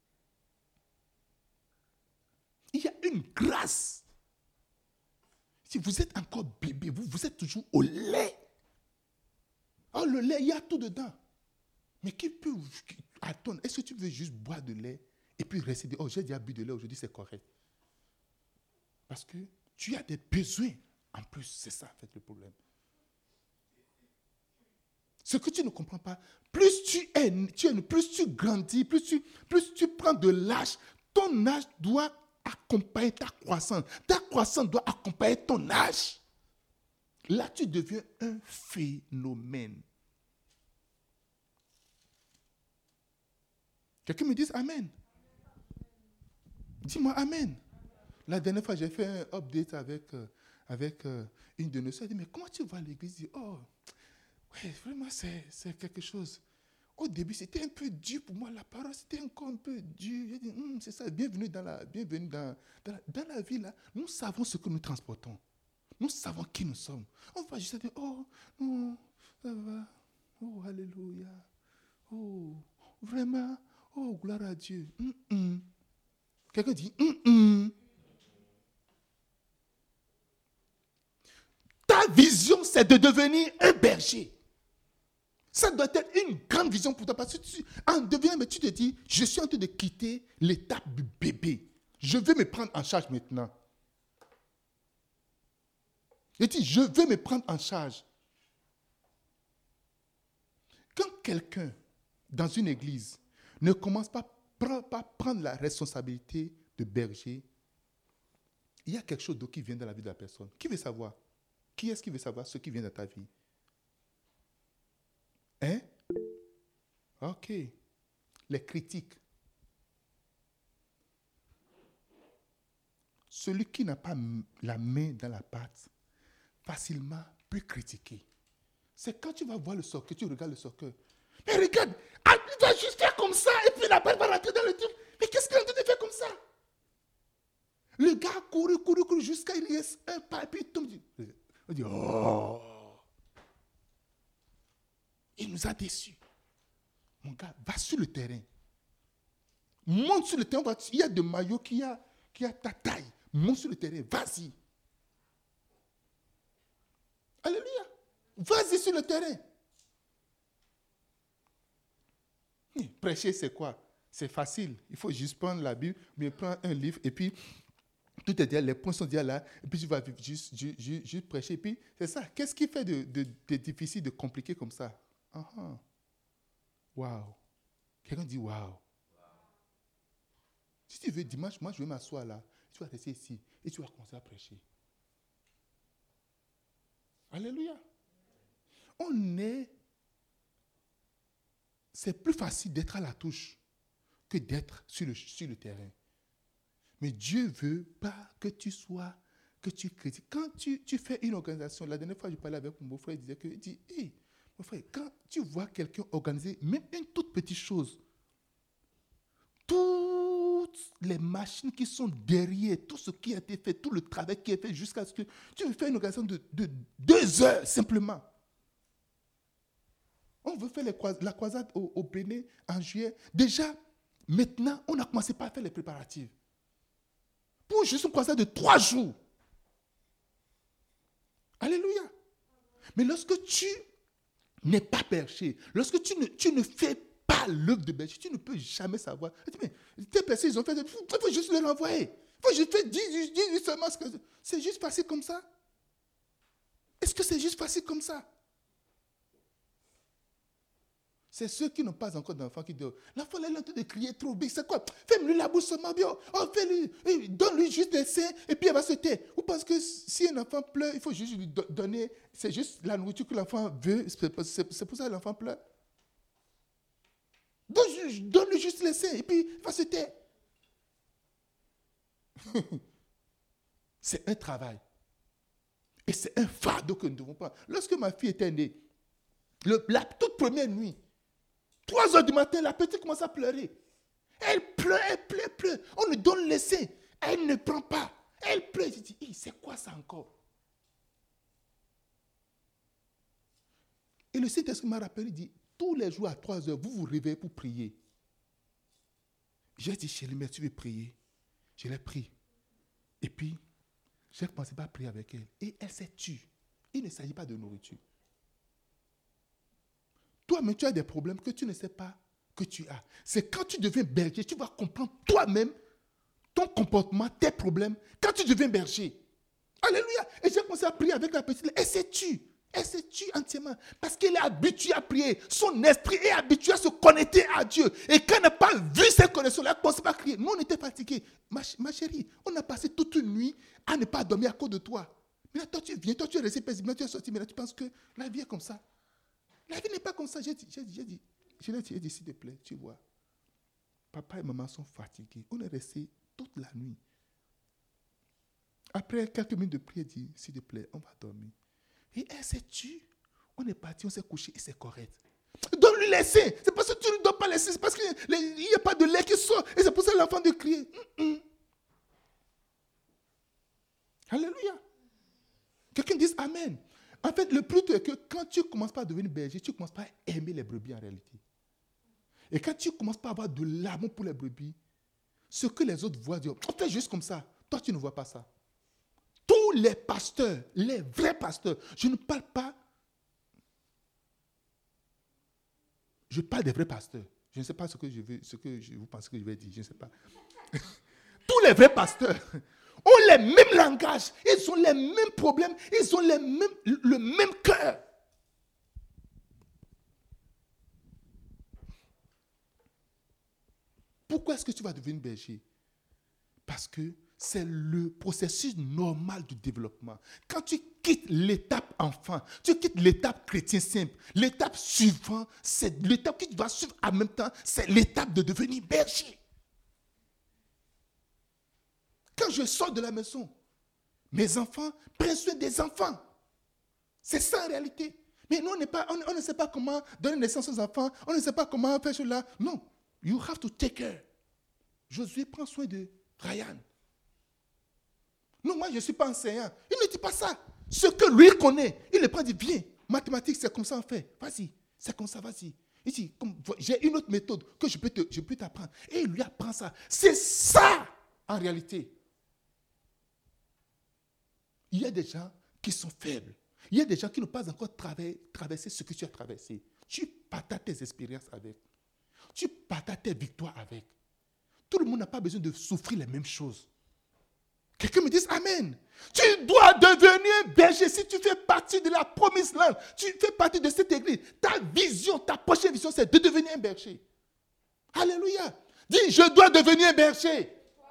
C: Il y a une grâce. Si vous êtes encore bébé, vous, vous êtes toujours au lait. Oh, le lait, il y a tout dedans. Mais qui peut... Attends, est-ce que tu veux juste boire de lait et puis rester dire, oh, j'ai déjà bu de lait aujourd'hui, c'est correct. Parce que tu as des besoins. En plus, c'est ça, en fait, le problème. Ce que tu ne comprends pas, plus tu es, tu es plus tu grandis, plus tu, plus tu prends de l'âge, ton âge doit accompagner ta croissance. Ta croissance doit accompagner ton âge. Là, tu deviens un phénomène. Quelqu'un me dit Amen. Dis-moi Amen. La dernière fois, j'ai fait un update avec, euh, avec euh, une de nos soeurs. Elle dit, mais comment tu vas à l'église? Je dis, oh, ouais, vraiment, c'est, c'est quelque chose. Au début, c'était un peu dur pour moi. La parole, c'était encore un peu dur. J'ai dit, hm, c'est ça, bienvenue dans la, bienvenue dans, dans, la, dans la vie, là. Nous savons ce que nous transportons. Nous savons qui nous sommes. On va juste dire, oh, non, ça va. Oh, alléluia. Oh, vraiment. Oh, gloire à Dieu. Hum, hum. Quelqu'un dit, hum, hum. Ta vision, c'est de devenir un berger. Ça doit être une grande vision pour toi. Parce que tu, en devenant, mais tu te dis, je suis en train de quitter l'étape du bébé. Je vais me prendre en charge maintenant. Je dis, je vais me prendre en charge. Quand quelqu'un, dans une église, ne commence pas à prendre la responsabilité de berger, il y a quelque chose d'autre qui vient dans la vie de la personne. Qui veut savoir? Qui est-ce qui veut savoir ce qui vient dans ta vie? Hein? Ok. Les critiques. Celui qui n'a pas la main dans la pâte, facilement peut critiquer. C'est quand tu vas voir le soccer, tu regardes le soccer. Mais regarde, il va juste faire comme ça, et puis la balle va rentrer dans le truc. Mais qu'est-ce qu'il a en train de faire comme ça? Le gars a couru, couru, couru, jusqu'à il reste un pas, et puis il tombe. On dit, oh! Il nous a déçus. Mon gars, va sur le terrain. Monte sur le terrain. Il y a des maillots qui a, qui a ta taille. monte sur le terrain, vas-y. Alléluia. Vas-y sur le terrain. Prêcher, c'est quoi? C'est facile. Il faut juste prendre la Bible, mais prendre un livre, et puis tout est déjà, les points sont déjà là, et puis tu vas juste, juste, juste, juste prêcher. Et puis, c'est ça. Qu'est-ce qui fait de, de, de difficile, de compliqué comme ça? Uh-huh. Waouh. Quelqu'un dit waouh. Si tu veux, dimanche, moi, je vais m'asseoir là. Tu vas rester ici et tu vas commencer à prêcher. Alléluia. On est... C'est plus facile d'être à la touche que d'être sur le, sur le terrain. Mais Dieu ne veut pas que tu sois, que tu critiques. Quand tu, tu fais une organisation, la dernière fois, je parlais avec mon beau-frère, il disait que, il dit, hey, mon frère, quand tu vois quelqu'un organiser même une toute petite chose, toutes les machines qui sont derrière, tout ce qui a été fait, tout le travail qui est fait jusqu'à ce que tu veux faire une organisation de, de deux heures simplement. On veut faire les, la croisade au, au Bénin en juillet. Déjà, maintenant, on a commencé par faire les préparatifs. Pour juste une croisade de trois jours. Alléluia. Mais lorsque tu n'es pas berger, lorsque tu ne, tu ne fais pas l'œuvre de berger, tu ne peux jamais savoir. Mais tes personnes, ils ont fait, il faut juste leur envoyer. Il faut juste faire dix, dix seulement. C'est juste facile comme ça. Est-ce que c'est juste facile comme ça? C'est ceux qui n'ont pas encore d'enfants qui disent, l'enfant est en train de crier trop big, c'est quoi? Fais-lui la bouche seulement bien, oh, fais-lui, donne-lui juste des seins et puis elle va se taire. Ou parce que si un enfant pleure, il faut juste lui donner, c'est juste la nourriture que l'enfant veut, c'est pour ça que l'enfant pleure. Donne-lui juste les seins et puis il va se taire. C'est un travail. Et c'est un fardeau que nous devons prendre. Lorsque ma fille était née, le, la toute première nuit, trois heures du matin, la petite commence à pleurer. Elle pleure, elle pleure, elle pleure. On lui donne les seins. Elle ne prend pas. Elle pleure. Je dis, hey, c'est quoi ça encore? Et le Saint-Esprit m'a rappelé, il dit, tous les jours à trois heures, vous vous réveillez pour prier. J'ai dit, chérie, mais tu veux prier? Je l'ai pris. Et puis, j'ai commencé à prier avec elle. Et elle s'est tue. Il ne s'agit pas de nourriture. Toi-même, tu as des problèmes que tu ne sais pas que tu as. C'est quand tu deviens berger, tu vas comprendre toi-même ton comportement, tes problèmes, quand tu deviens berger. Alléluia. Et j'ai commencé à prier avec la petite. Elle s'est tue. Elle s'est tue entièrement. Parce qu'elle est habituée à prier. Son esprit est habitué à se connecter à Dieu. Et quand elle n'a pas vu cette connexion-là, elle ne commence pas à crier. Nous, on était fatigués. Ma, ma chérie, on a passé toute une nuit à ne pas dormir à cause de toi. Mais là, toi, tu viens, toi, tu es resté paisible, tu es sorti. Mais là, tu penses que la vie est comme ça. La vie n'est pas comme ça. J'ai dit, j'ai dit, j'ai dit, je l'ai dit, j'ai dit, s'il te plaît, tu vois. Papa et maman sont fatigués. On est resté toute la nuit. Après quelques minutes de prière, dit, s'il te plaît, on va dormir. Et elle s'est tue. On est parti, on s'est couché et c'est correct. Donne-lui les seins. C'est parce que tu ne lui donnes pas les seins. C'est parce qu'il n'y a pas de lait qui sort. Et c'est pour ça que l'enfant de crier. Mm-mm. Alléluia. Quelqu'un dise Amen. En fait, le plus est que quand tu ne commences pas à devenir berger, tu ne commences pas à aimer les brebis en réalité. Et quand tu ne commences pas à avoir de l'amour pour les brebis, ce que les autres voient, dire, on fait juste comme ça. Toi, tu ne vois pas ça. Tous les pasteurs, les vrais pasteurs, je ne parle pas, je parle des vrais pasteurs. Je ne sais pas ce que je veux, ce que je, vous pensez que je vais dire, je ne sais pas. Tous les vrais pasteurs ont les mêmes langages, ils ont les mêmes problèmes, ils ont les mêmes, le même cœur. Pourquoi est-ce que tu vas devenir berger? Parce que c'est le processus normal du développement. Quand tu quittes l'étape enfant, tu quittes l'étape chrétien simple, l'étape suivante, c'est l'étape qui va suivre en même temps, c'est l'étape de devenir berger. Quand je sors de la maison, mes enfants prennent soin des enfants. C'est ça en réalité. Mais nous, on, n'est pas, on, on ne sait pas comment donner naissance aux enfants, on ne sait pas comment faire cela. Non, you have to take care. Josué prend soin de Ryan. Non, moi, je ne suis pas enseignant. Il ne dit pas ça. Ce que lui connaît, il le prend et dit, viens, mathématiques, c'est comme ça on fait. Vas-y, c'est comme ça, vas-y. Il dit, comme, j'ai une autre méthode que je peux, te, je peux t'apprendre. Et il lui apprend ça. C'est ça, en réalité. Il y a des gens qui sont faibles. Il y a des gens qui n'ont pas encore traversé ce que tu as traversé. Tu partages tes expériences avec. Tu partages tes victoires avec. Tout le monde n'a pas besoin de souffrir les mêmes choses. Quelqu'un me dit Amen. Tu dois devenir berger si tu fais partie de la promise land. Tu fais partie de cette église. Ta vision, ta prochaine vision, c'est de devenir un berger. Alléluia. Dis, je dois devenir un berger.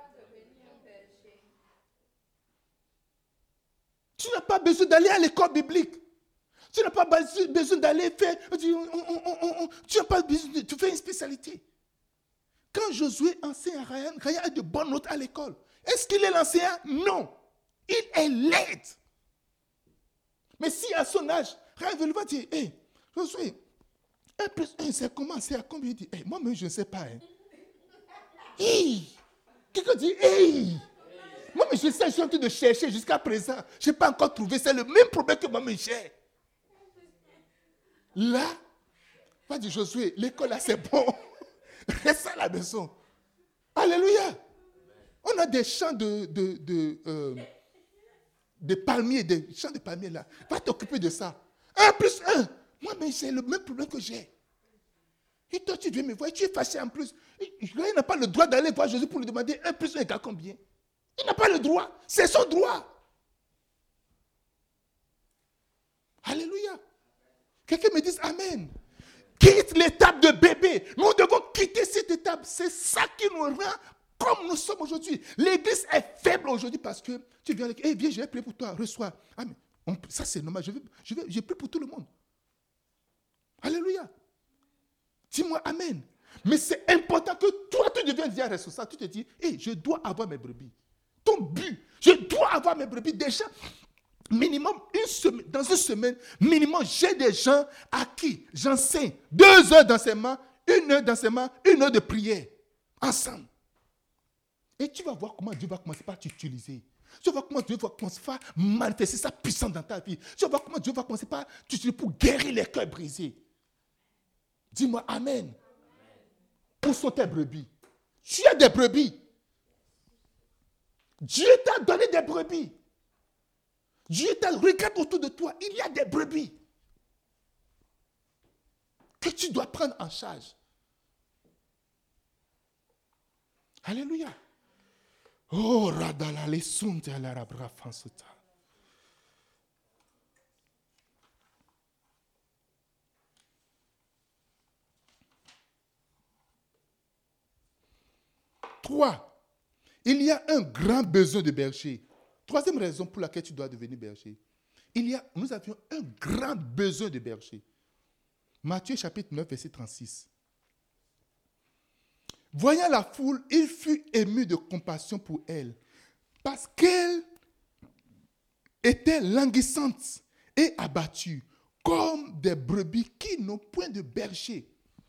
C: Tu n'as pas besoin d'aller à l'école biblique. Tu n'as pas besoin d'aller faire. Tu n'as pas besoin de tu fais une spécialité. Quand Josué enseigne à Ryan, Ryan a de bonnes notes à l'école. Est-ce qu'il est l'enseignant? Non. Il est l'aide. Mais si à son âge, Ryan va dire, hé, hey, Josué, un plus un, c'est comment? C'est à combien? Il dit, hey, moi-même, je ne sais pas. Hein. Hey. Quelqu'un dit, hey. Moi, mais je sais, je suis en train de chercher jusqu'à présent. Je n'ai pas encore trouvé. C'est le même problème que moi-même j'ai. Là, va dire Josué, l'école là, c'est bon. Reste à la maison. Alléluia. On a des champs de, de, de, euh, de palmiers, des champs de palmiers là. Va t'occuper de ça. Un plus un. Moi, mais c'est le même problème que j'ai. Et toi, tu viens me voir, tu es fâché en plus. Il n'a pas le droit d'aller voir Jésus pour lui demander un plus un égale combien. Il n'a pas le droit. C'est son droit. Alléluia. Quelqu'un me dise Amen. Quitte l'étape de bébé. Nous devons quitter cette étape. C'est ça qui nous rend comme nous sommes aujourd'hui. L'église est faible aujourd'hui parce que tu viens avec, hey, viens, je vais prier pour toi, reçois. Amen. On, ça c'est normal. Je vais, je vais, je prie pour tout le monde. Alléluia. Dis-moi Amen. Mais c'est important que toi, tu deviennes bien responsable. Tu te dis, hey, je dois avoir mes brebis. Ton but, je dois avoir mes brebis. Déjà, minimum, une semaine, dans une semaine, minimum, j'ai des gens à qui j'enseigne deux heures d'enseignement, une heure d'enseignement, une heure de prière. Ensemble. Et tu vas voir comment Dieu va commencer par t'utiliser. Tu vas voir comment Dieu va commencer par manifester sa puissance dans ta vie. Tu vas voir comment Dieu va commencer par t'utiliser pour guérir les cœurs brisés. Dis-moi Amen. Où sont tes brebis? Tu as des brebis. Dieu t'a donné des brebis. Dieu t'a regarde autour de toi. Il y a des brebis que tu dois prendre en charge. Alléluia. Oh, radala les sunte à la rabra fansuta. Trois. Il y a un grand besoin de berger. Troisième raison pour laquelle tu dois devenir berger. Il y a, nous avions un grand besoin de berger. Matthieu chapitre neuf, verset trente-six. Voyant la foule, il fut ému de compassion pour elle, parce qu'elle était languissante et abattue, comme des brebis qui n'ont point de berger.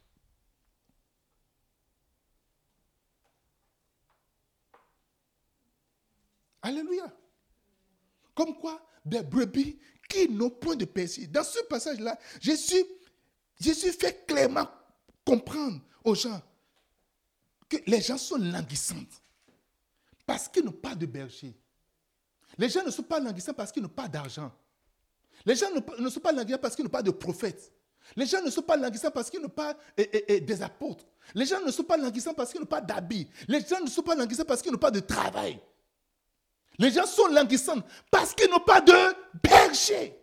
C: Alléluia. Comme quoi, des brebis qui n'ont point de berger. Dans ce passage-là, Jésus, Jésus fait clairement comprendre aux gens que les gens sont languissantes parce qu'ils n'ont pas de berger. Les gens ne sont pas languissants parce qu'ils n'ont pas d'argent. Les gens ne sont pas languissants parce qu'ils n'ont pas de prophètes. Les gens ne sont pas languissants parce qu'ils n'ont pas eh, eh, eh, des apôtres. Les gens ne sont pas languissants parce qu'ils n'ont pas d'habits. Les gens ne sont pas languissants parce qu'ils n'ont pas de travail. Les gens sont languissants parce qu'ils n'ont pas de berger.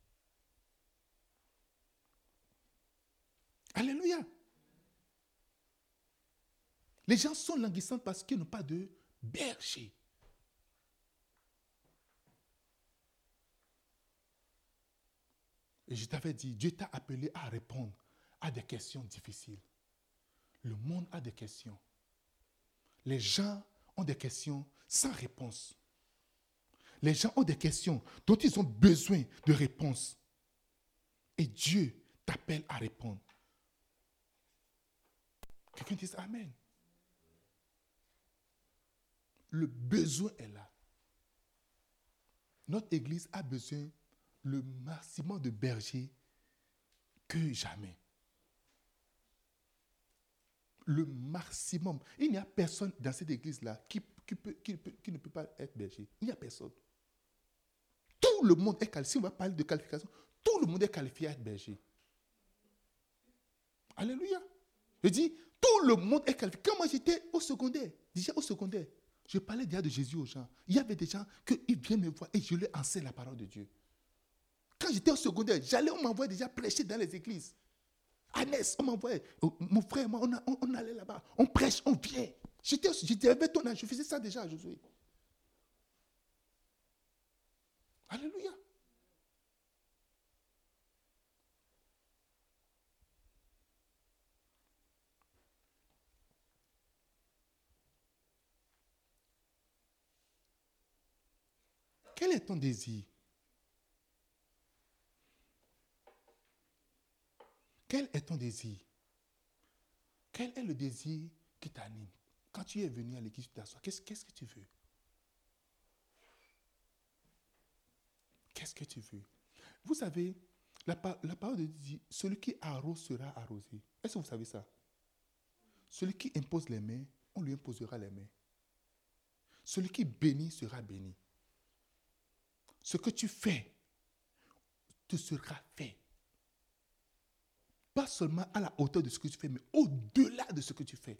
C: Alléluia. Les gens sont languissants parce qu'ils n'ont pas de berger. Et je t'avais dit, Dieu t'a appelé à répondre à des questions difficiles. Le monde a des questions. Les gens ont des questions sans réponse. Les gens ont des questions dont ils ont besoin de réponses. Et Dieu t'appelle à répondre. Quelqu'un dit Amen. Le besoin est là. Notre église a besoin le maximum de bergers que jamais. Le maximum. Il n'y a personne dans cette église-là qui, qui, peut, qui, peut, qui ne peut pas être berger. Il n'y a personne. tout le monde est qualifié. Si on va parler de qualification, tout le monde est qualifié à être berger. Alléluia. Je dis, tout le monde est qualifié. Quand moi j'étais au secondaire, déjà au secondaire, je parlais déjà de Jésus aux gens. Il y avait des gens qui viennent me voir et je leur enseigne la parole de Dieu. Quand j'étais au secondaire, j'allais, on m'envoyait déjà prêcher dans les églises. À Metz, on m'envoyait. Mon frère, moi, on, a, on, on allait là-bas. On prêche, on vient. J'étais, j'étais avec ton âge, je faisais ça déjà à Josué. Alléluia. Quel est ton désir? Quel est ton désir? Quel est le désir qui t'anime? Quand tu es venu à l'église, tu t'assois. Qu'est-ce, qu'est-ce que tu veux? Qu'est-ce que tu veux? Vous savez, la, la parole de Dieu dit, celui qui arrose sera arrosé. Est-ce que vous savez ça? Celui qui impose les mains, on lui imposera les mains. Celui qui bénit sera béni. Ce que tu fais te sera fait. Pas seulement à la hauteur de ce que tu fais, mais au-delà de ce que tu fais.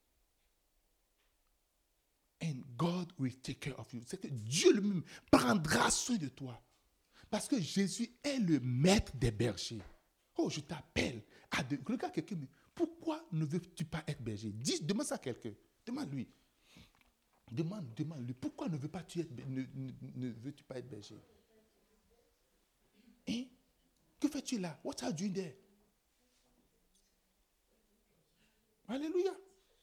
C: And God will take care of you. C'est que Dieu lui-même prendra soin de toi. Parce que Jésus est le maître des bergers. Oh, je t'appelle à de... Regarde quelqu'un, mais pourquoi ne veux-tu pas être berger? Dis, demande ça à quelqu'un. Demande-lui. Demande, demande-lui. Pourquoi ne, veux pas tu être, ne, ne, ne veux-tu pas être berger? Hein? Que fais-tu là? What are you doing there? Alléluia.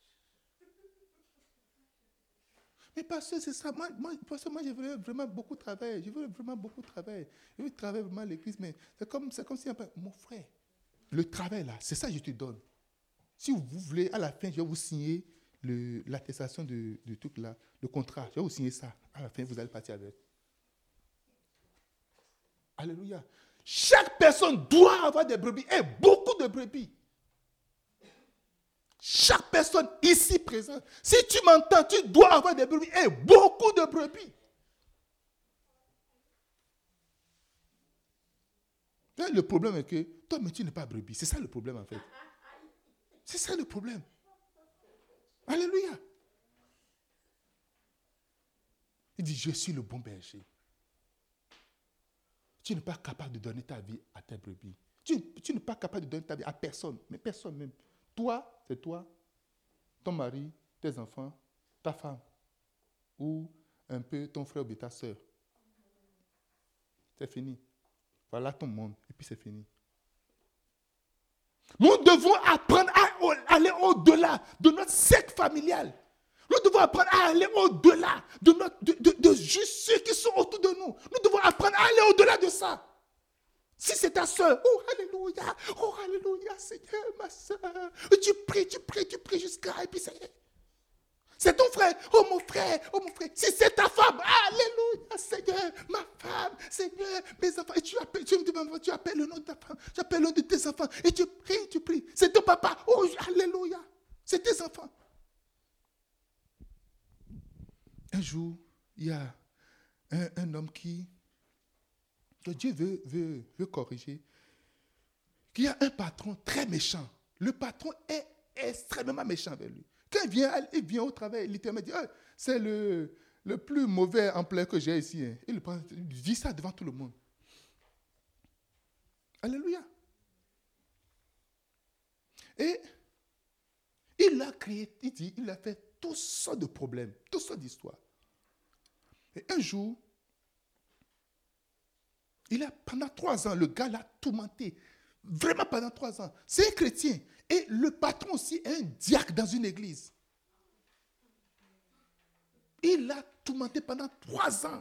C: Mais parce que c'est ça. Moi, moi, parce que moi, je veux vraiment beaucoup travailler. Je veux vraiment beaucoup travailler. Je veux travailler vraiment à l'église, mais c'est comme, c'est comme si, mon frère, le travail là, c'est ça que je te donne. Si vous voulez, à la fin, je vais vous signer le, l'attestation de, de truc là, le contrat. Je vais vous signer ça. À la fin, vous allez partir avec. Alléluia. Chaque personne doit avoir des brebis et beaucoup de brebis. Chaque personne ici présente, si tu m'entends, tu dois avoir des brebis et beaucoup de brebis. Et le problème est que toi, mais tu n'es pas brebis. C'est ça le problème en fait. C'est ça le problème. Alléluia. Il dit, je suis le bon berger. Tu n'es pas capable de donner ta vie à tes brebis. Tu, tu n'es pas capable de donner ta vie à personne, mais personne même. Toi, c'est toi, ton mari, tes enfants, ta femme, ou un peu ton frère ou ta soeur. C'est fini. Voilà ton monde, et puis c'est fini. Nous devons apprendre à aller au-delà de notre cercle familial. Nous devons apprendre à aller au-delà de, notre, de, de, de juste ceux qui sont autour de nous. Nous devons apprendre à aller au-delà de ça. Si c'est ta soeur, oh alléluia, oh alléluia, Seigneur, ma soeur. Tu pries, tu pries, tu pries jusqu'à, et puis ça y est. C'est ton frère, oh mon frère, oh mon frère. Si c'est ta femme, alléluia, Seigneur, ma femme, Seigneur, mes enfants. Et tu appelles, tu, me, tu appelles le nom de ta femme, tu appelles le nom de tes enfants, et tu pries, tu pries. C'est ton papa, oh alléluia, c'est tes enfants. Un jour, il y a un, un homme qui, que Dieu veut, veut, veut corriger, qu'il y a un patron très méchant. Le patron est extrêmement méchant avec lui. Quand il vient, il vient au travail, littéralement, il dit, oh, c'est le, le plus mauvais employé que j'ai ici. Hein. Il, il dit ça devant tout le monde. Alléluia. Et il a créé, il dit, il a fait toutes sortes de problèmes, toutes sortes d'histoires. Et un jour, il a, pendant trois ans, le gars l'a tourmenté. Vraiment pendant trois ans. C'est un chrétien. Et le patron aussi est un diacre dans une église. Il l'a tourmenté pendant trois ans.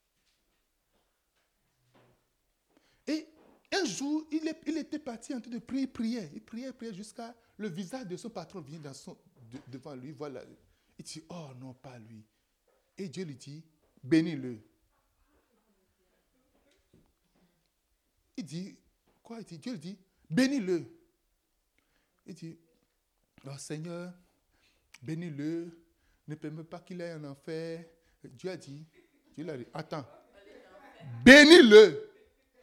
C: Et un jour, il, est, il était parti en train de prier, prier. Il priait, priait jusqu'à le visage de son patron vient dans son, de, devant lui. Voilà. Il dit, oh non, pas lui. Et Dieu lui dit, bénis-le. Il dit, quoi? Il dit, Dieu lui dit, bénis-le. Il dit, oh Seigneur, bénis-le, ne permets pas qu'il aille en enfer. Dieu a dit, Dieu l'a dit, attends, bénis-le.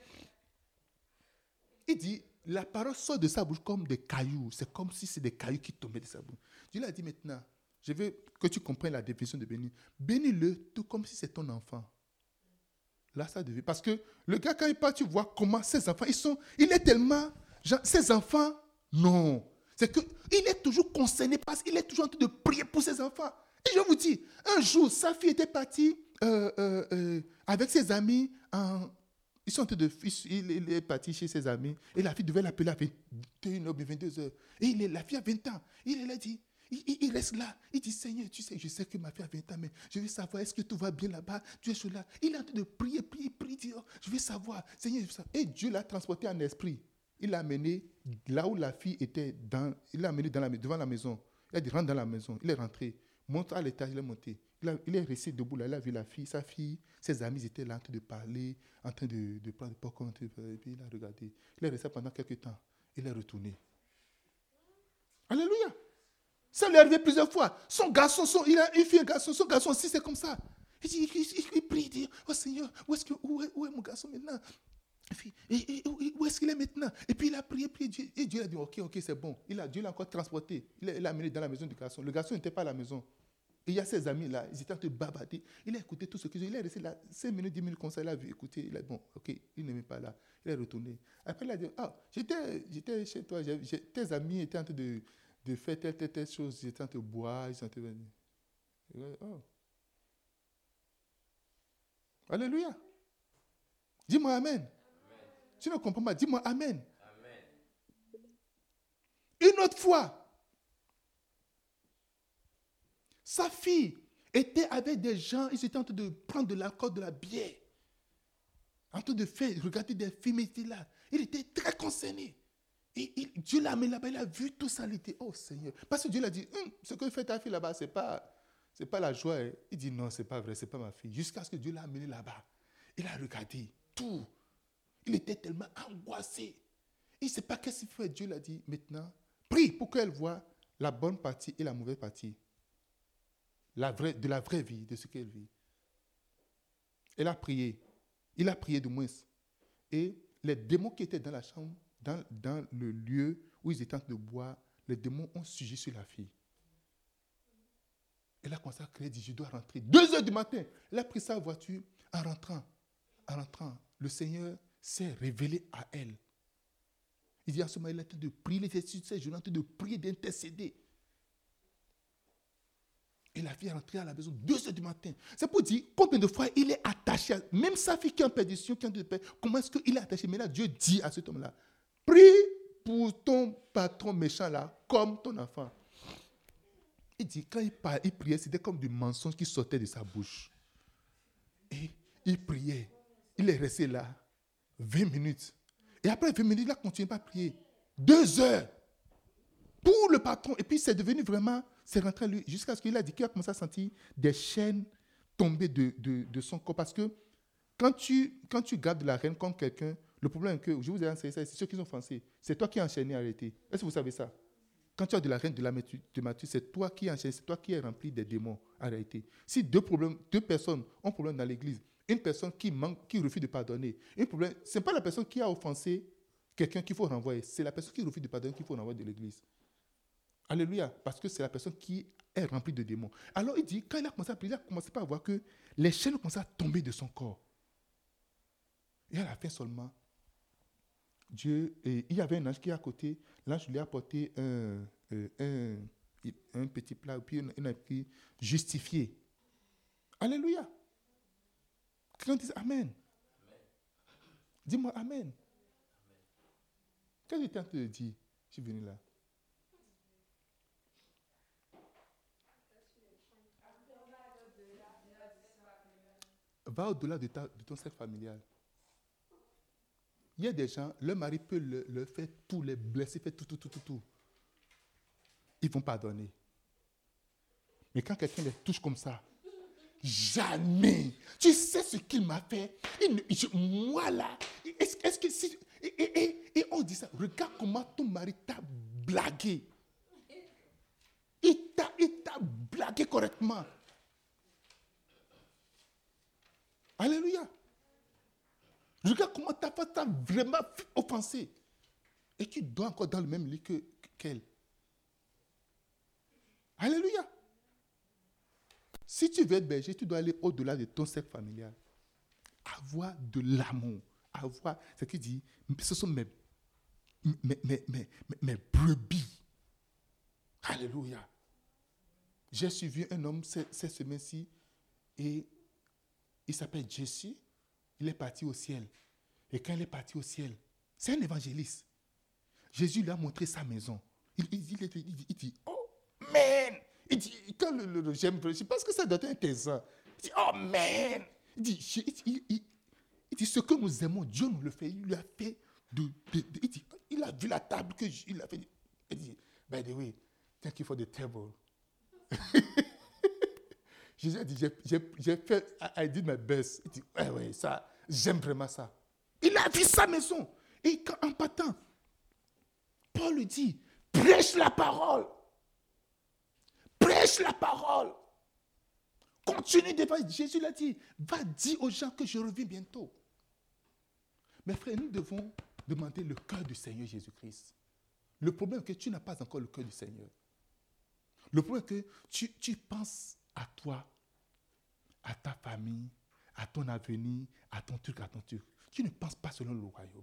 C: Il dit, la parole sort de sa bouche comme des cailloux. C'est comme si c'est des cailloux qui tombaient de sa bouche. Dieu lui a dit maintenant, je veux que tu comprennes la définition de bénir. Bénis-le tout comme si c'est ton enfant. Là, ça devient. Parce que le gars, quand il part, tu vois comment ses enfants, ils sont. Il est tellement. Genre, ses enfants, non. C'est qu'il est toujours concerné parce qu'il est toujours en train de prier pour ses enfants. Et je vous dis, un jour, sa fille était partie euh, euh, euh, avec ses amis. En, ils sont en train de. Il, il est parti chez ses amis. Et la fille devait l'appeler à vingt et une heures, vingt-deux heures. Et il est, la fille a vingt ans. Il, il a dit. Il, il, il reste là. Il dit, Seigneur, tu sais, je sais que ma fille a vingt ans, mais je veux savoir, est-ce que tout va bien là-bas? Tu es là. Il est en train de prier, prier, prier, dire, je veux savoir. Seigneur, je veux savoir. Et Dieu l'a transporté en esprit. Il l'a amené là où la fille était, dans, il l'a amené dans la, devant la maison. Il a dit, rentre dans la maison. Il est rentré. Monte à l'étage, il est monté. Il, a, il est resté debout là. Il a vu la fille, sa fille, ses amis étaient là en train de parler, en train de, de prendre des popcorn. Et puis il a regardé. Il est resté pendant quelques temps. Il est retourné. Alléluia. Ça lui est arrivé plusieurs fois. Son garçon, son, il a une fille, un garçon, son garçon aussi, c'est comme ça. Il, dit, il, il, il prie, il dit, oh Seigneur, où est, que, où, est, où est mon garçon maintenant? Et, et, et, où est-ce qu'il est maintenant? Et puis il a prié, prié, Dieu, et Dieu a dit, ok, ok, c'est bon. Il a, Dieu l'a encore transporté. Il l'a amené dans la maison du garçon. Le garçon n'était pas à la maison. Et il y a ses amis là, ils étaient en train de bavarder. Il a écouté tout ce qu'ils ont. Il est resté là, cinq minutes, dix minutes comme ça, il a vu, écouté. Il a dit, bon, ok, il n'aimait pas là. Il est retourné. Après, il a dit, ah, j'étais, j'étais chez toi, j'ai, j'ai, tes amis étaient en train de. de faire telle, telle, telle chose, ils étaient en train de boire, ils sont en train de... Oh. Alléluia. Dis-moi Amen. Amen. Tu ne comprends pas, dis-moi Amen. Amen. Une autre fois, sa fille était avec des gens, ils étaient en train de prendre de l'alcool, de la bière, en train de faire, regarder des films, il était là. Il était très concerné. Et, et Dieu l'a amené là-bas, il a vu tout ça, il était, oh Seigneur. Parce que Dieu l'a dit, hm, ce que fait ta fille là-bas, ce n'est pas, c'est pas la joie. Hein. Il dit, non, ce n'est pas vrai, ce n'est pas ma fille. Jusqu'à ce que Dieu l'a amené là-bas. Il a regardé tout. Il était tellement angoissé. Il ne sait pas qu'est-ce qu'il fait. Dieu l'a dit, maintenant, prie pour qu'elle voie la bonne partie et la mauvaise partie. La vraie, de la vraie vie, de ce qu'elle vit. Elle a prié. Il a prié de moins. Et les démons qui étaient dans la chambre, Dans, dans le lieu où ils étaient en train de boire, les démons ont suivi sur la fille. Elle a commencé à crier, elle dit, je dois rentrer. Deux heures du matin, elle a pris sa voiture. En rentrant, en rentrant, le Seigneur s'est révélé à elle. Il dit, à ce moment, il est en train de prier, il était sur ses genoux, en train de prier, d'intercéder. Et la fille est rentrée à la maison deux heures du matin. C'est pour dire combien de fois il est attaché. À, même sa fille qui est en perdition, qui est en train de perdre, comment est-ce qu'il est attaché? Mais là, Dieu dit à cet homme-là, prie pour ton patron méchant là, comme ton enfant. Il dit, quand il parlait, il priait, c'était comme du mensonge qui sortait de sa bouche. Et il priait. Il est resté là, vingt minutes. Et après vingt minutes, il a continué à prier. Deux heures. Pour le patron. Et puis c'est devenu vraiment, c'est rentré à lui, jusqu'à ce qu'il a dit qu'il a commencé à sentir des chaînes tomber de, de, de son corps. Parce que quand tu, quand tu gardes la reine comme quelqu'un, le problème est que, je vous ai enseigné ça, c'est ceux qui sont français. C'est toi qui es enchaîné, arrêté. Est-ce que vous savez ça? Quand tu as de la reine de la Matthieu, c'est toi qui es enchaîné, c'est toi qui es rempli des démons, arrêté. Si deux, problèmes, deux personnes ont un problème dans l'église, une personne qui manque, qui refuse de pardonner, un problème, ce n'est pas la personne qui a offensé quelqu'un qu'il faut renvoyer, c'est la personne qui refuse de pardonner qu'il faut renvoyer de l'église. Alléluia, parce que c'est la personne qui est remplie de démons. Alors il dit, quand il a commencé à prier, il a commencé à voir que les chaînes ont commencé à tomber de son corps. Et à la fin seulement, Dieu, et il y avait un ange qui est à côté. L'ange lui a apporté un, un, un petit plat, puis il a écrit justifié. Alléluia. Quand on dit Amen. Amen. Dis-moi Amen. Amen. Qu'est-ce que tu es en train de dire? Je suis venu là. Va au-delà de, ta, de ton cercle familial. Il y a des gens, leur mari peut le, le faire tout, les blesser, faire tout, tout, tout, tout, tout. Ils vont pardonner. Mais quand quelqu'un les touche comme ça, jamais. Tu sais ce qu'il m'a fait? Il, je, moi là, est-ce, est-ce que si... Et, et, et, et on dit ça, regarde comment ton mari t'a blagué. Il t'a, il t'a blagué correctement. Alléluia. Regarde comment ta femme t'a vraiment offensé. Et tu dors encore dans le même lit que, qu'elle. Alléluia. Si tu veux être berger, tu dois aller au-delà de ton cercle familial. Avoir de l'amour. Avoir, c'est ce qu'il dit, ce sont mes, mes, mes, mes, mes brebis. Alléluia. J'ai suivi un homme cette, cette semaine-ci et il s'appelle Jesse. Il est parti au ciel. Et quand il est parti au ciel, c'est un évangéliste. Jésus lui a montré sa maison. Il, il, il, il, il dit, oh man! Il dit, quand le, le, le j'aime, je pense que ça doit être un trésor. Il dit, oh man! Il dit, je, il, il, il dit, ce que nous aimons, Dieu nous le fait. Il lui a fait de, de, de il dit, il a vu la table que je, il a fait. Il dit, by the way, thank you for the table. Jésus a dit, j'ai, j'ai, j'ai fait, I did my best. Il dit, ouais, ouais, ça, j'aime vraiment ça. Il a vu sa maison. Et quand, en partant, Paul lui dit, prêche la parole. Prêche la parole. Continue de faire. Jésus l'a dit, va dire aux gens que je reviens bientôt. Mes frères, nous devons demander le cœur du Seigneur Jésus-Christ. Le problème est que tu n'as pas encore le cœur du Seigneur. Le problème est que tu, tu penses à toi, à ta famille, à ton avenir, à ton truc, à ton truc. Tu ne penses pas selon le royaume.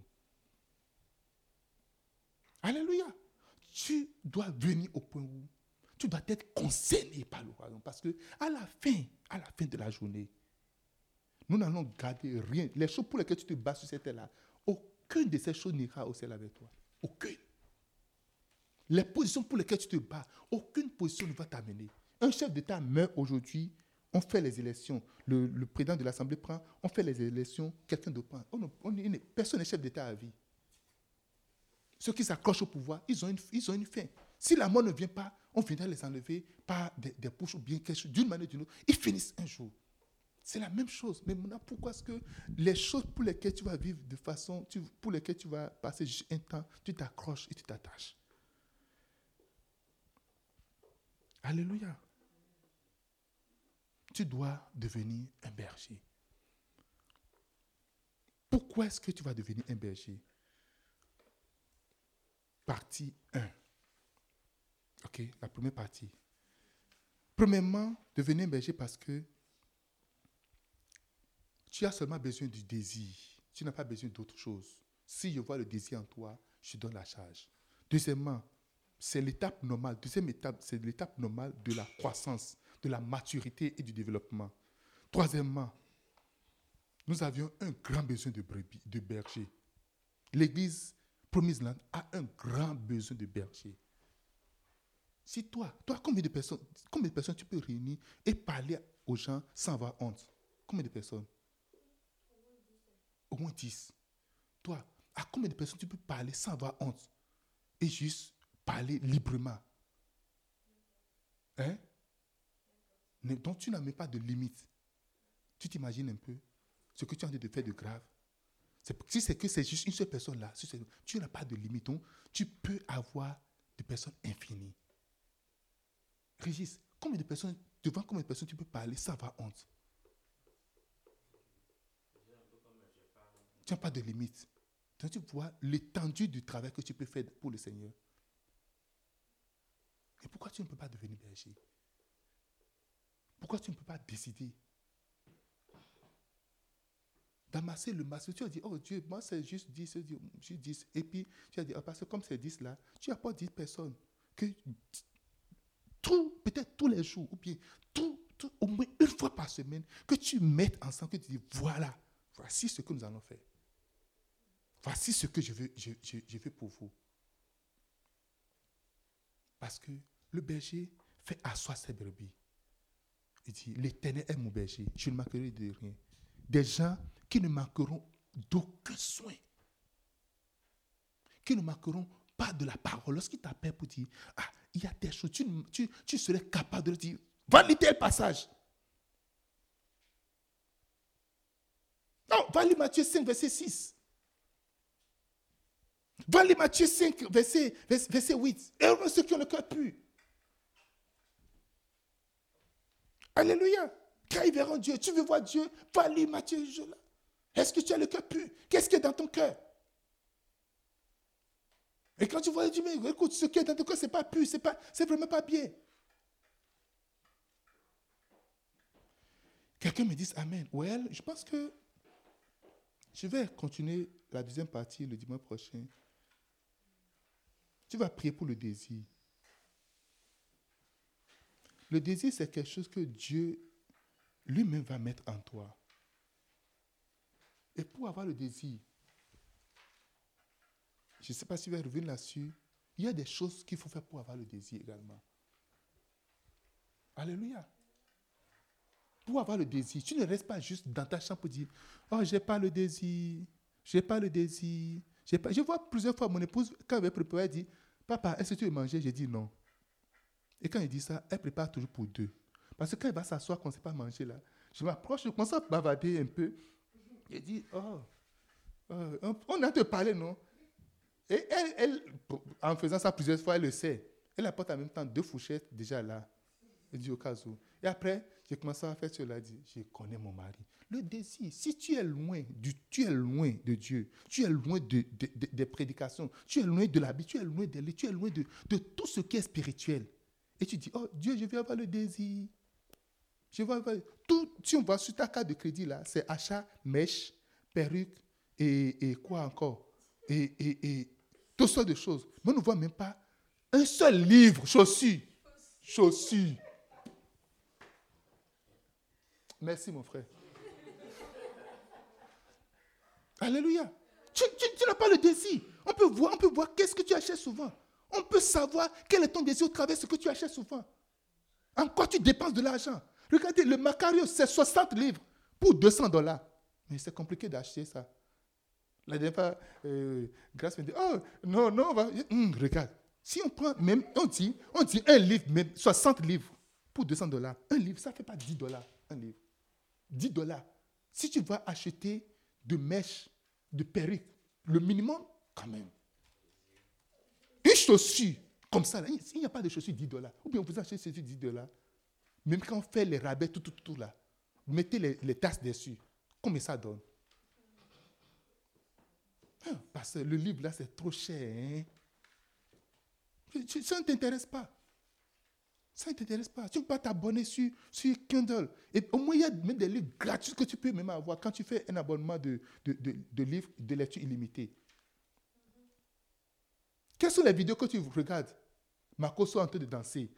C: Alléluia. Tu dois venir au point où tu dois être concerné par le royaume. Parce que à la fin, à la fin de la journée, nous n'allons garder rien. Les choses pour lesquelles tu te bats sur cette terre-là, aucune de ces choses n'ira au ciel avec toi. Aucune. Les positions pour lesquelles tu te bats, aucune position ne va t'amener. Un chef d'État meurt aujourd'hui, on fait les élections. Le, le président de l'Assemblée prend, on fait les élections, quelqu'un d'autre prend. On, on, on, personne n'est chef d'État à vie. Ceux qui s'accrochent au pouvoir, ils ont une, ils ont une fin. Si la mort ne vient pas, on viendra les enlever par des, des pushs ou bien quelque chose, d'une manière ou d'une autre. Ils finissent un jour. C'est la même chose. Mais maintenant, pourquoi est-ce que les choses pour lesquelles tu vas vivre de façon, tu, pour lesquelles tu vas passer un temps, tu t'accroches et tu t'attaches? Alléluia. Tu dois devenir un berger. Pourquoi est-ce que tu vas devenir un berger? Partie un. Ok, la première partie. Premièrement, devenir un berger parce que tu as seulement besoin du désir. Tu n'as pas besoin d'autre chose. Si je vois le désir en toi, je donne la charge. Deuxièmement, c'est l'étape normale. Deuxième étape, c'est l'étape normale de la croissance, de la maturité et du développement. Troisièmement, nous avions un grand besoin de brebis, de berger. L'église Promise Land a un grand besoin de berger. Si toi, toi, combien de personnes, combien de personnes tu peux réunir et parler aux gens sans avoir honte? Combien de personnes? Au moins dix. Toi, à combien de personnes tu peux parler sans avoir honte et juste parler librement? Hein? Donc tu n'as même pas de limite. Tu t'imagines un peu ce que tu es en train de faire de grave? C'est, si c'est que c'est juste une seule personne là, si tu n'as pas de limite, donc tu peux avoir des personnes infinies. Régis, combien de personnes, devant combien de personnes tu peux parler sans avoir honte? Tu n'as pas de limite. Donc tu vois l'étendue du travail que tu peux faire pour le Seigneur. Et pourquoi tu ne peux pas devenir berger? Pourquoi tu ne peux pas décider d'amasser le masque? Tu as dit, oh Dieu, moi c'est juste dix, juste dix. Et puis tu as dit, oh, parce que comme c'est dix là, tu n'as pas dix personnes. Que tout, peut-être tous les jours, ou bien tout, tout, au moins une fois par semaine, que tu mettes ensemble, que tu dis, voilà, voici ce que nous allons faire. Voici ce que je veux, je, je, je veux pour vous. Parce que le berger fait asseoir ses brebis. Il dit, l'Éternel est mon berger, je ne manquerai de rien. Des gens qui ne manqueront d'aucun soin. Qui ne manqueront pas de la parole. Lorsqu'il t'appelle pour dire, ah, il y a des choses, tu, tu, tu serais capable de dire, va lire tel passage. Non, va lire Matthieu cinq, verset six. Va lire Matthieu cinq, verset, verset huit. Et heureux ceux qui ont le cœur pur. Alléluia. Quand ils verront Dieu, tu veux voir Dieu, va lire Matthieu. Est-ce que tu as le cœur pur? Qu'est-ce qui est dans ton cœur? Et quand tu vois, tu dis, mais écoute, ce qui est dans ton cœur, ce n'est pas pur, ce n'est pas, c'est vraiment pas bien. Quelqu'un me dit Amen. Well, je pense que je vais continuer la deuxième partie le dimanche prochain. Tu vas prier pour le désir. Le désir, c'est quelque chose que Dieu lui-même va mettre en toi. Et pour avoir le désir, je ne sais pas si je vais revenir là-dessus, il y a des choses qu'il faut faire pour avoir le désir également. Alléluia. Pour avoir le désir, tu ne restes pas juste dans ta chambre pour dire « Oh, je n'ai pas le désir, je n'ai pas le désir. » Pas. Je vois plusieurs fois mon épouse, quand elle va préparer, elle dit « Papa, est-ce que tu veux manger ?» J'ai dit « Non. » Et quand elle dit ça, elle prépare toujours pour deux. Parce que quand elle va s'asseoir, qu'on ne sait pas manger là, je m'approche, je commence à bavarder un peu. Je dis « Oh, oh on a te parler, non ?» Et elle, elle, en faisant ça plusieurs fois, elle le sait. Elle apporte en même temps deux fourchettes déjà là. Elle dit au cas où. Et après, j'ai commencé à faire cela. Dit, je connais mon mari. Le désir, si tu es loin, du, tu es loin de Dieu, tu es loin de, de, de, des prédications, tu es loin de la Bible, tu es loin de tu es loin de, de tout ce qui est spirituel. Et tu dis, oh Dieu, je vais avoir le désir. Je vais avoir tout. Si on voit sur ta carte de crédit là, c'est achat, mèche, perruque et, et quoi encore et, et, et toutes sortes de choses. Mais on ne voit même pas un seul livre, chaussures. Chaussures. Merci, mon frère. Alléluia. Tu, tu, tu n'as pas le désir. On peut voir, on peut voir qu'est-ce que tu achètes souvent. On peut savoir quel est ton désir au travers de ce que tu achètes souvent. En quoi tu dépenses de l'argent. Regardez, le Macario, c'est soixante livres pour deux cents dollars. Mais c'est compliqué d'acheter ça. La dernière fois, euh, Grâce me dit, oh, non, non, on va... Hum, regarde, si on prend, même, on dit, on dit un livre, même soixante livres pour deux cents dollars. Un livre, ça ne fait pas dix dollars, un livre. dix dollars. Si tu vas acheter de mèches, de perruques, le minimum, quand même. Une chaussure, comme ça, là, il n'y a pas de chaussure dix dollars. Ou bien vous achetez ces dix dollars. Même quand on fait les rabais, tout, tout, tout, là, vous mettez les, les tasses dessus. Combien ça donne? Hein, parce que le livre, là, c'est trop cher. Hein? Ça ne t'intéresse pas. Ça ne t'intéresse pas. Tu ne peux pas t'abonner sur, sur Kindle. Et au moins, il y a même des livres gratuits que tu peux même avoir quand tu fais un abonnement de, de, de, de livres de lecture illimitée. Quelles sont les vidéos que tu regardes? Marco soit en train de danser.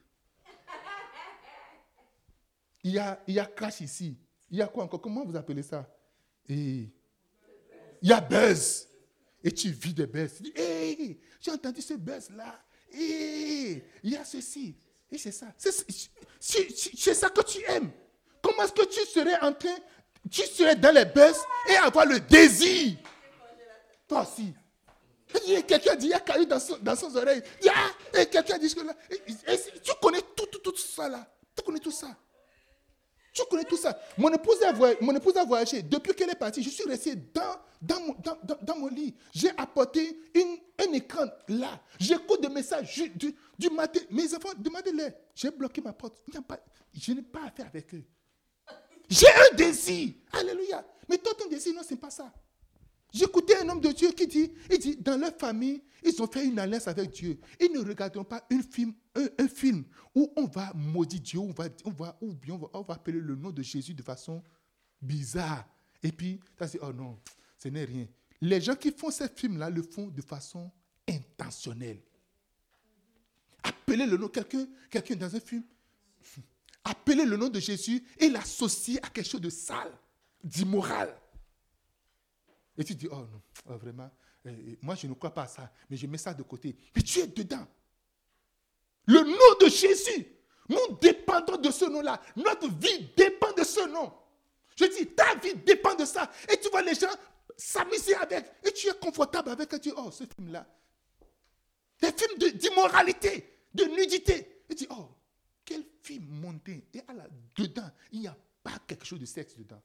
C: Il y a, il y a Crash ici. Il y a quoi encore? Comment vous appelez ça? Et il y a Buzz. Et tu vis des buzz. Tu dis, hé, j'ai entendu ce buzz-là. Hé, il y a ceci. Et c'est ça. C'est, c'est, c'est ça que tu aimes. Comment est-ce que tu serais en train, tu serais dans les buzz et avoir le désir? Toi aussi. Et quelqu'un dit, il y a caillou dans son, dans son oreille. Ah, et quelqu'un dit que là. Et, et, et, tu connais tout, tout, tout ça là. Tu connais tout ça. Tu connais tout ça. Mon épouse a voyagé. Mon épouse a voyagé. Depuis qu'elle est partie, je suis resté dans, dans, mon, dans, dans, dans mon lit. J'ai apporté une, un écran là. J'écoute des messages du, du, du matin. Mes enfants, demandez-les. J'ai bloqué ma porte. Il n'y a pas, je n'ai pas affaire avec eux. J'ai un désir. Alléluia. Mais toi, ton désir, non, ce n'est pas ça. J'écoutais un homme de Dieu qui dit, il dit, dans leur famille, ils ont fait une alliance avec Dieu. Ils ne regarderont pas un film, un, un film où on va maudire Dieu, on va, on va, ou bien on va, on va appeler le nom de Jésus de façon bizarre. Et puis, ça c'est, oh non, ce n'est rien. Les gens qui font ces films-là le font de façon intentionnelle. Appeler le nom, quelqu'un, quelqu'un dans un film, appeler le nom de Jésus et l'associer à quelque chose de sale, d'immoral. Et tu dis, oh non, oh, vraiment, euh, moi je ne crois pas à ça, mais je mets ça de côté. Mais tu es dedans. Le nom de Jésus, nous dépendons de ce nom-là. Notre vie dépend de ce nom. Je dis, ta vie dépend de ça. Et tu vois les gens s'amuser avec. Et tu es confortable avec. Et tu dis, oh, ce film-là. Des films de, d'immoralité, de nudité. Et tu dis, oh, quel film monté. Et là, dedans, il n'y a pas quelque chose de sexe dedans.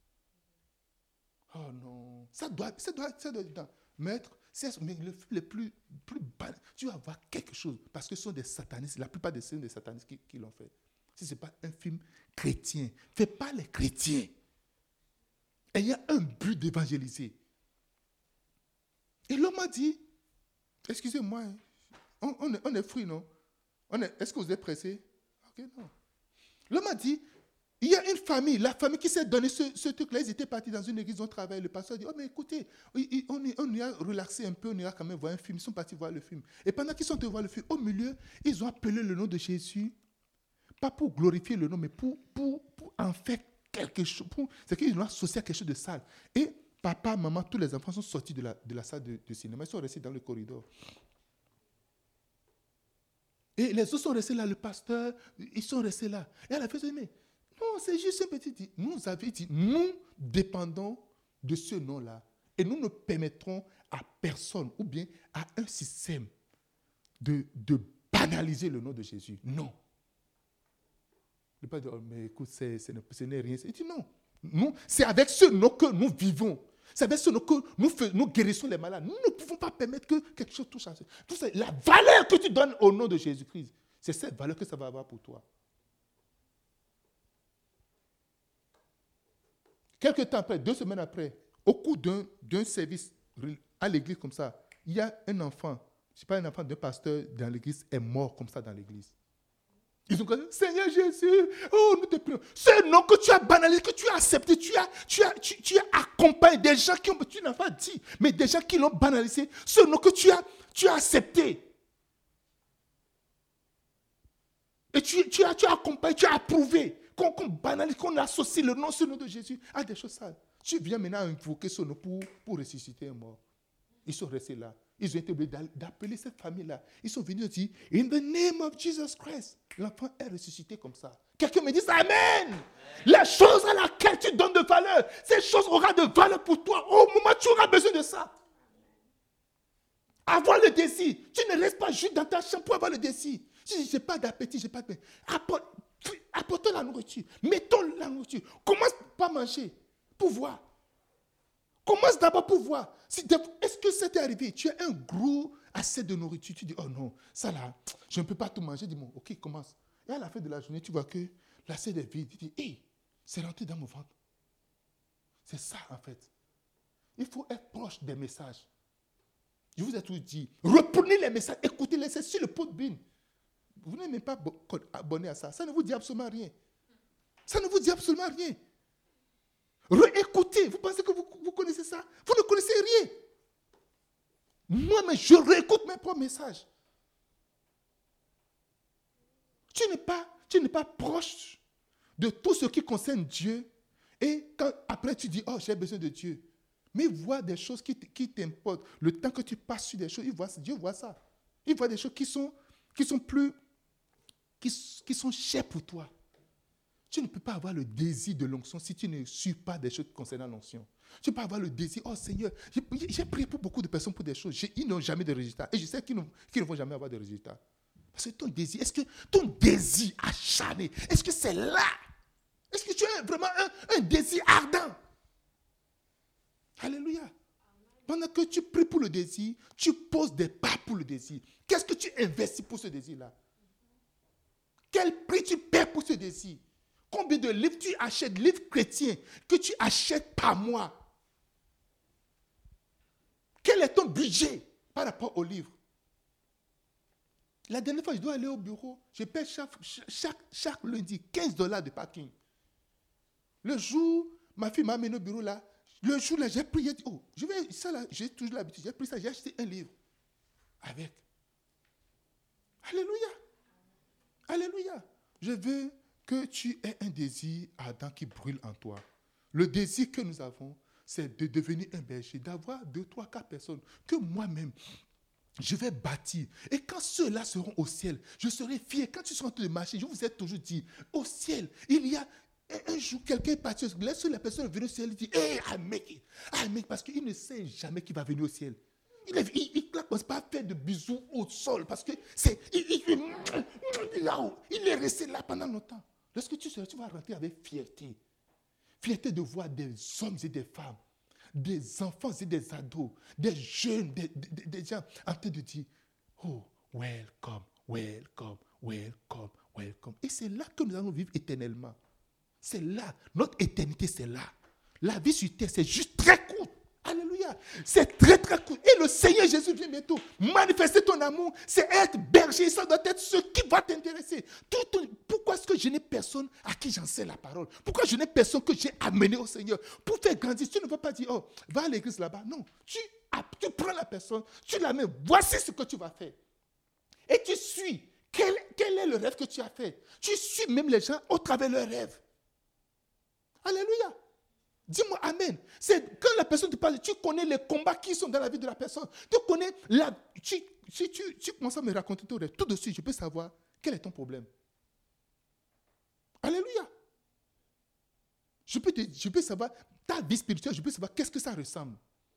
C: Oh non, ça doit, ça doit, ça doit être dedans. Maître, c'est, mais le, le plus, plus bas, tu vas avoir quelque chose. Parce que ce sont des satanistes. La plupart des sont des satanistes qui, qui l'ont fait. Si ce n'est pas un film chrétien, fais pas les chrétiens. ayant un but d'évangéliser. Et l'homme m'a dit, excusez-moi, hein, on, on, est, on est fruits, non? On est, est-ce que vous êtes pressés? Ok, non. L'homme m'a dit, il y a une famille, la famille qui s'est donné ce, ce truc-là, ils étaient partis dans une église, ils ont travaillé. Le pasteur a dit, oh mais écoutez, on, on y a relaxé un peu, on ira quand même voir un film. Ils sont partis voir le film. Et pendant qu'ils sont allés voir le film, au milieu, ils ont appelé le nom de Jésus, pas pour glorifier le nom, mais pour, pour, pour en faire quelque chose. Pour, c'est qu'ils l'ont associé à quelque chose de sale. Et papa, maman, tous les enfants sont sortis de la, de la salle de, de cinéma, ils sont restés dans le corridor. Et les autres sont restés là, le pasteur, ils sont restés là. Et elle a fait, mais non, c'est juste un petit dit. Nous avons dit, nous dépendons de ce nom-là. Et nous ne permettrons à personne ou bien à un système de, de banaliser le nom de Jésus. Non. Ne pas dire, oh, mais écoute, c'est, c'est, ce n'est rien. Il dit non. Nous, c'est avec ce nom que nous vivons. C'est avec ce nom que nous, faisons, nous guérissons les malades. Nous ne pouvons pas permettre que quelque chose touche à ça. Tout ça. La valeur que tu donnes au nom de Jésus-Christ, c'est cette valeur que ça va avoir pour toi. Quelque temps après, deux semaines après, au cours d'un, d'un service à l'église comme ça, il y a un enfant, je ne sais pas, un enfant d'un pasteur dans l'église est mort comme ça dans l'église. Ils ont dit, Seigneur Jésus, oh, nous te prions. Ce nom que tu as banalisé, que tu as accepté, tu as, tu as, tu, tu as accompagné des gens qui ont, tu n'as pas dit, mais des gens qui l'ont banalisé, ce nom que tu as, tu as accepté. Et tu, tu, as, tu as accompagné, tu as approuvé. Qu'on, qu'on banalise, qu'on associe le nom, ce nom de Jésus à des choses sales. Tu viens maintenant invoquer ce nom pour, pour ressusciter un mort. Ils sont restés là. Ils ont été obligés d'appeler cette famille-là. Ils sont venus dire, in the name of Jesus Christ. L'enfant est ressuscité comme ça. Quelqu'un me dit, Amen. Amen. La chose à laquelle tu donnes de valeur, cette chose aura de valeur pour toi. Au moment où tu auras besoin de ça. Avoir le désir. Tu ne restes pas juste dans ta chambre pour avoir le désir. Si je n'ai pas d'appétit, je n'ai pas de pain. Apporte, apportons la nourriture. Mettons la nourriture. Commence par manger pour voir. Commence d'abord pour voir. Si, est-ce que ça t'est arrivé? Tu as un gros assiette de nourriture. Tu dis, oh non, ça là, je ne peux pas tout manger. Dis, bon, ok, commence. Et à la fin de la journée, tu vois que l'assiette est vide. Tu dis, hé, hey, c'est rentré dans mon ventre. C'est ça, en fait. Il faut être proche des messages. Je vous ai toujours dit, reprenez les messages, écoutez-les, c'est sur le pot de bin. Vous n'êtes même pas abonné à ça. Ça ne vous dit absolument rien. Ça ne vous dit absolument rien. Réécoutez. Vous pensez que vous, vous connaissez ça? Vous ne connaissez rien. Moi-même, je réécoute mes propres messages. Tu n'es pas, tu n'es pas proche de tout ce qui concerne Dieu. Et quand, après, tu dis, oh, j'ai besoin de Dieu. Mais vois des choses qui, qui t'importent. Le temps que tu passes sur des choses, il voit, Dieu voit ça. Il voit des choses qui sont, qui sont plus, qui, qui sont chères pour toi. Tu ne peux pas avoir le désir de l'onction si tu ne suis pas des choses concernant l'onction. Tu peux avoir le désir, oh Seigneur, j'ai, j'ai prié pour beaucoup de personnes pour des choses, j'ai, ils n'ont jamais de résultats. Et je sais qu'ils, qu'ils ne vont jamais avoir de résultats. Parce que ton désir, est-ce que ton désir acharné, est-ce que c'est là? Est-ce que tu as vraiment un, un désir ardent? Alléluia. Pendant que tu pries pour le désir, tu poses des pas pour le désir. Qu'est-ce que tu investis pour ce désir-là? Quel prix tu perds pour ce désir? Combien de livres tu achètes, livres chrétiens, que tu achètes par mois? Quel est ton budget par rapport aux livres? La dernière fois, je dois aller au bureau, je paie chaque, chaque, chaque lundi quinze dollars de parking. Le jour, ma fille m'a amené au bureau là, le jour là, j'ai pris, j'ai dit, oh, je vais, ça là, j'ai toujours l'habitude, j'ai pris ça, j'ai acheté un livre avec. Alléluia. Alléluia. Je veux que tu aies un désir ardent qui brûle en toi. Le désir que nous avons, c'est de devenir un berger, d'avoir deux, trois, quatre personnes que moi-même, je vais bâtir. Et quand ceux-là seront au ciel, je serai fier. Quand tu seras en train de marcher, je vous ai toujours dit, au ciel, il y a un jour, quelqu'un est parti, laisse la personne venir au ciel, il dit, hey, I make it. I make it. Parce qu'il ne sait jamais qui va venir au ciel. Il ne commence pas à faire de bisous au sol parce que c'est, il, il, il, là, il est resté là pendant longtemps. Lorsque tu seras, tu vas rentrer avec fierté. Fierté de voir des hommes et des femmes, des enfants et des ados, des jeunes, des, des, des gens en train de dire, oh, welcome, welcome, welcome, welcome. Et c'est là que nous allons vivre éternellement. C'est là, notre éternité, c'est là. La vie sur terre, c'est juste très court. Alléluia. C'est très, très court. Et le Seigneur Jésus vient bientôt. Manifester ton amour, c'est être berger. Ça doit être ce qui va t'intéresser. Tout, tout, pourquoi est-ce que je n'ai personne à qui j'enseigne la parole? Pourquoi je n'ai personne que j'ai amené au Seigneur? Pour faire grandir, tu ne vas pas dire, oh, va à l'église là-bas. Non. Tu, tu prends la personne, tu la mets. Voici ce que tu vas faire. Et tu suis. Quel, quel est le rêve que tu as fait? Tu suis même les gens au travers de leurs rêves. Alléluia. Dis-moi Amen. C'est quand la personne te parle, tu connais les combats qui sont dans la vie de la personne. Tu connais la... Tu, tu, tu, tu commences à me raconter ton rêve. Tout de suite, je peux savoir quel est ton problème. Alléluia. Je peux, te, je peux savoir ta vie spirituelle, je peux savoir qu'est-ce que ça ressemble.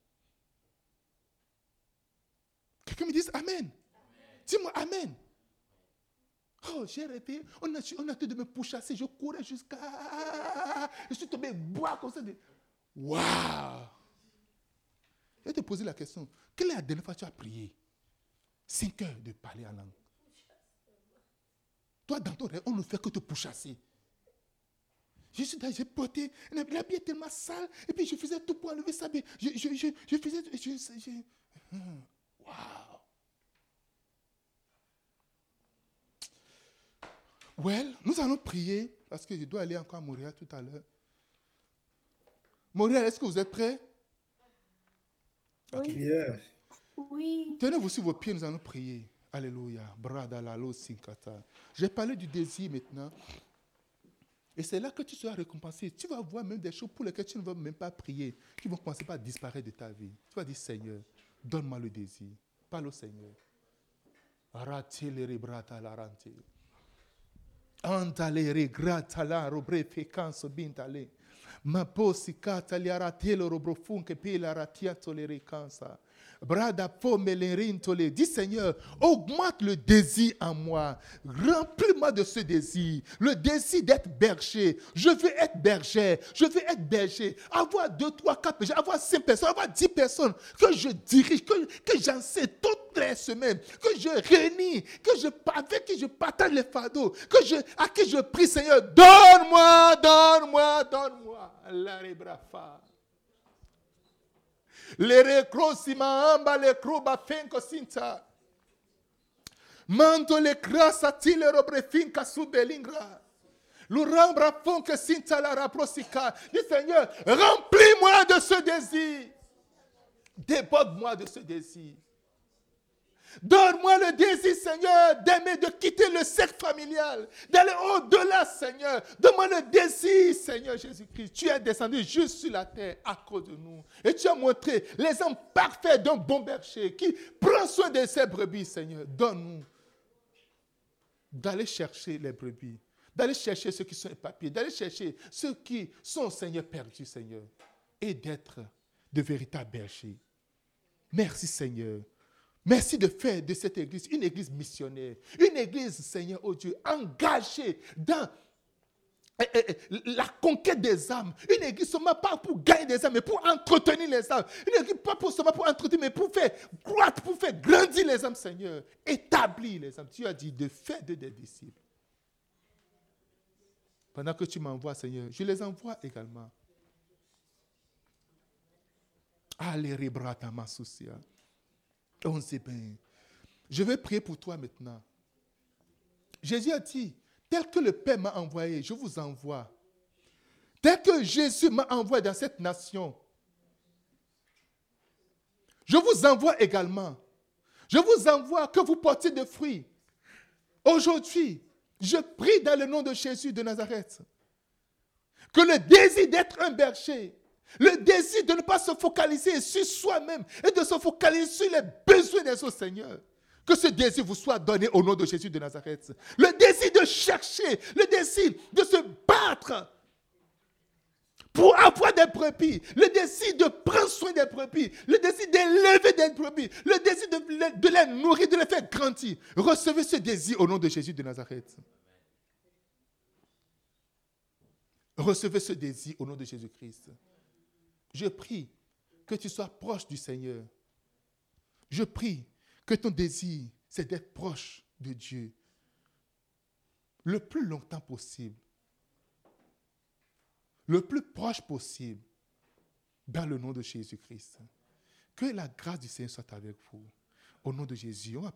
C: Quelqu'un me dise Amen. Amen. Dis-moi Amen. Oh, j'ai rêvé, on a, on a tout de me pourchasser, je courais jusqu'à... Je suis tombé bois comme ça. Waouh! Je vais te poser la question, quelle est la dernière fois que tu as prié? Cinq heures de parler en langue. Toi, dans ton rêve, on ne fait que te pourchasser. Je suis là, j'ai porté, l'habit est tellement sale, et puis je faisais tout pour enlever ça. Mais je, je, je, je faisais... Je, je, je, waouh! Well, nous allons prier parce que je dois aller encore à Montréal tout à l'heure. Montréal, est-ce que vous êtes prêts?
A: Oui.
C: Okay.
A: Yeah. Oui.
C: Tenez-vous sur vos pieds, nous allons prier. Alléluia. Bradalalo sinkata. J'ai parlé du désir maintenant. Et c'est là que tu seras récompensé. Tu vas voir même des choses pour lesquelles tu ne vas même pas prier, qui vont commencer par disparaître de ta vie. Tu vas dire, Seigneur, donne-moi le désir. Parle au Seigneur. Ratilere bratalarante. Antale regrata la robre fecanso bintale. Ma posi cataliara telo robrofunke pela ratiato le recansa. Brada fome le rintole. Dis Seigneur, augmente le désir en moi. Remplis-moi de ce désir. Le désir d'être berger. Je veux être berger. Je veux être berger. Avoir deux, trois, quatre bergers. Avoir cinq personnes. Avoir dix personnes que je dirige. Que, que j'enseigne toutes les semaines. Que je réunis. Que je, avec qui je partage les fardeaux. Que je, à qui je prie, Seigneur, donne-moi, donne-moi, donne-moi. La rebrafa. Le recrosima amba le croba fenko sinta. Manto le crasa tile robre finca subelingra. L'urambra fonke sinta la raprosika. Dis Seigneur, remplis-moi de ce désir. Déborde-moi de ce désir. Donne-moi le désir, Seigneur, d'aimer, de quitter le cercle familial, d'aller au-delà, Seigneur. Donne-moi le désir, Seigneur Jésus-Christ. Tu es descendu juste sur la terre à cause de nous. Et tu as montré l'exemple parfait d'un bon berger qui prend soin de ses brebis, Seigneur. Donne-nous d'aller chercher les brebis, d'aller chercher ceux qui sont éparpillés, d'aller chercher ceux qui sont, Seigneur, perdus, Seigneur, et d'être de véritables bergers. Merci, Seigneur. Merci de faire de cette église une église missionnaire, une église, Seigneur, oh Dieu, engagée dans eh, eh, la conquête des âmes. Une église seulement pas pour gagner des âmes, mais pour entretenir les âmes. Une église pas pour seulement pour entretenir, mais pour faire croître, pour faire grandir les âmes, Seigneur. Établir les âmes. Tu as dit de faire de des disciples. Pendant que tu m'envoies, Seigneur, je les envoie également. Allez, rebrata ma soucia. On sait bien. Je vais prier pour toi maintenant. Jésus a dit, tel que le Père m'a envoyé, je vous envoie. Tel que Jésus m'a envoyé dans cette nation, je vous envoie également. Je vous envoie que vous portiez des fruits. Aujourd'hui, je prie dans le nom de Jésus de Nazareth que le désir d'être un berger, le désir de ne pas se focaliser sur soi-même et de se focaliser sur les besoins des autres, Seigneur. Que ce désir vous soit donné au nom de Jésus de Nazareth. Le désir de chercher, le désir de se battre pour avoir des brebis, le désir de prendre soin des brebis, le désir d'élever des brebis, le désir de les, de les nourrir, de les faire grandir. Recevez ce désir au nom de Jésus de Nazareth. Recevez ce désir au nom de Jésus-Christ. Je prie que tu sois proche du Seigneur. Je prie que ton désir, c'est d'être proche de Dieu le plus longtemps possible, le plus proche possible. dans le nom de Jésus-Christ. Que la grâce du Seigneur soit avec vous. Au nom de Jésus, on va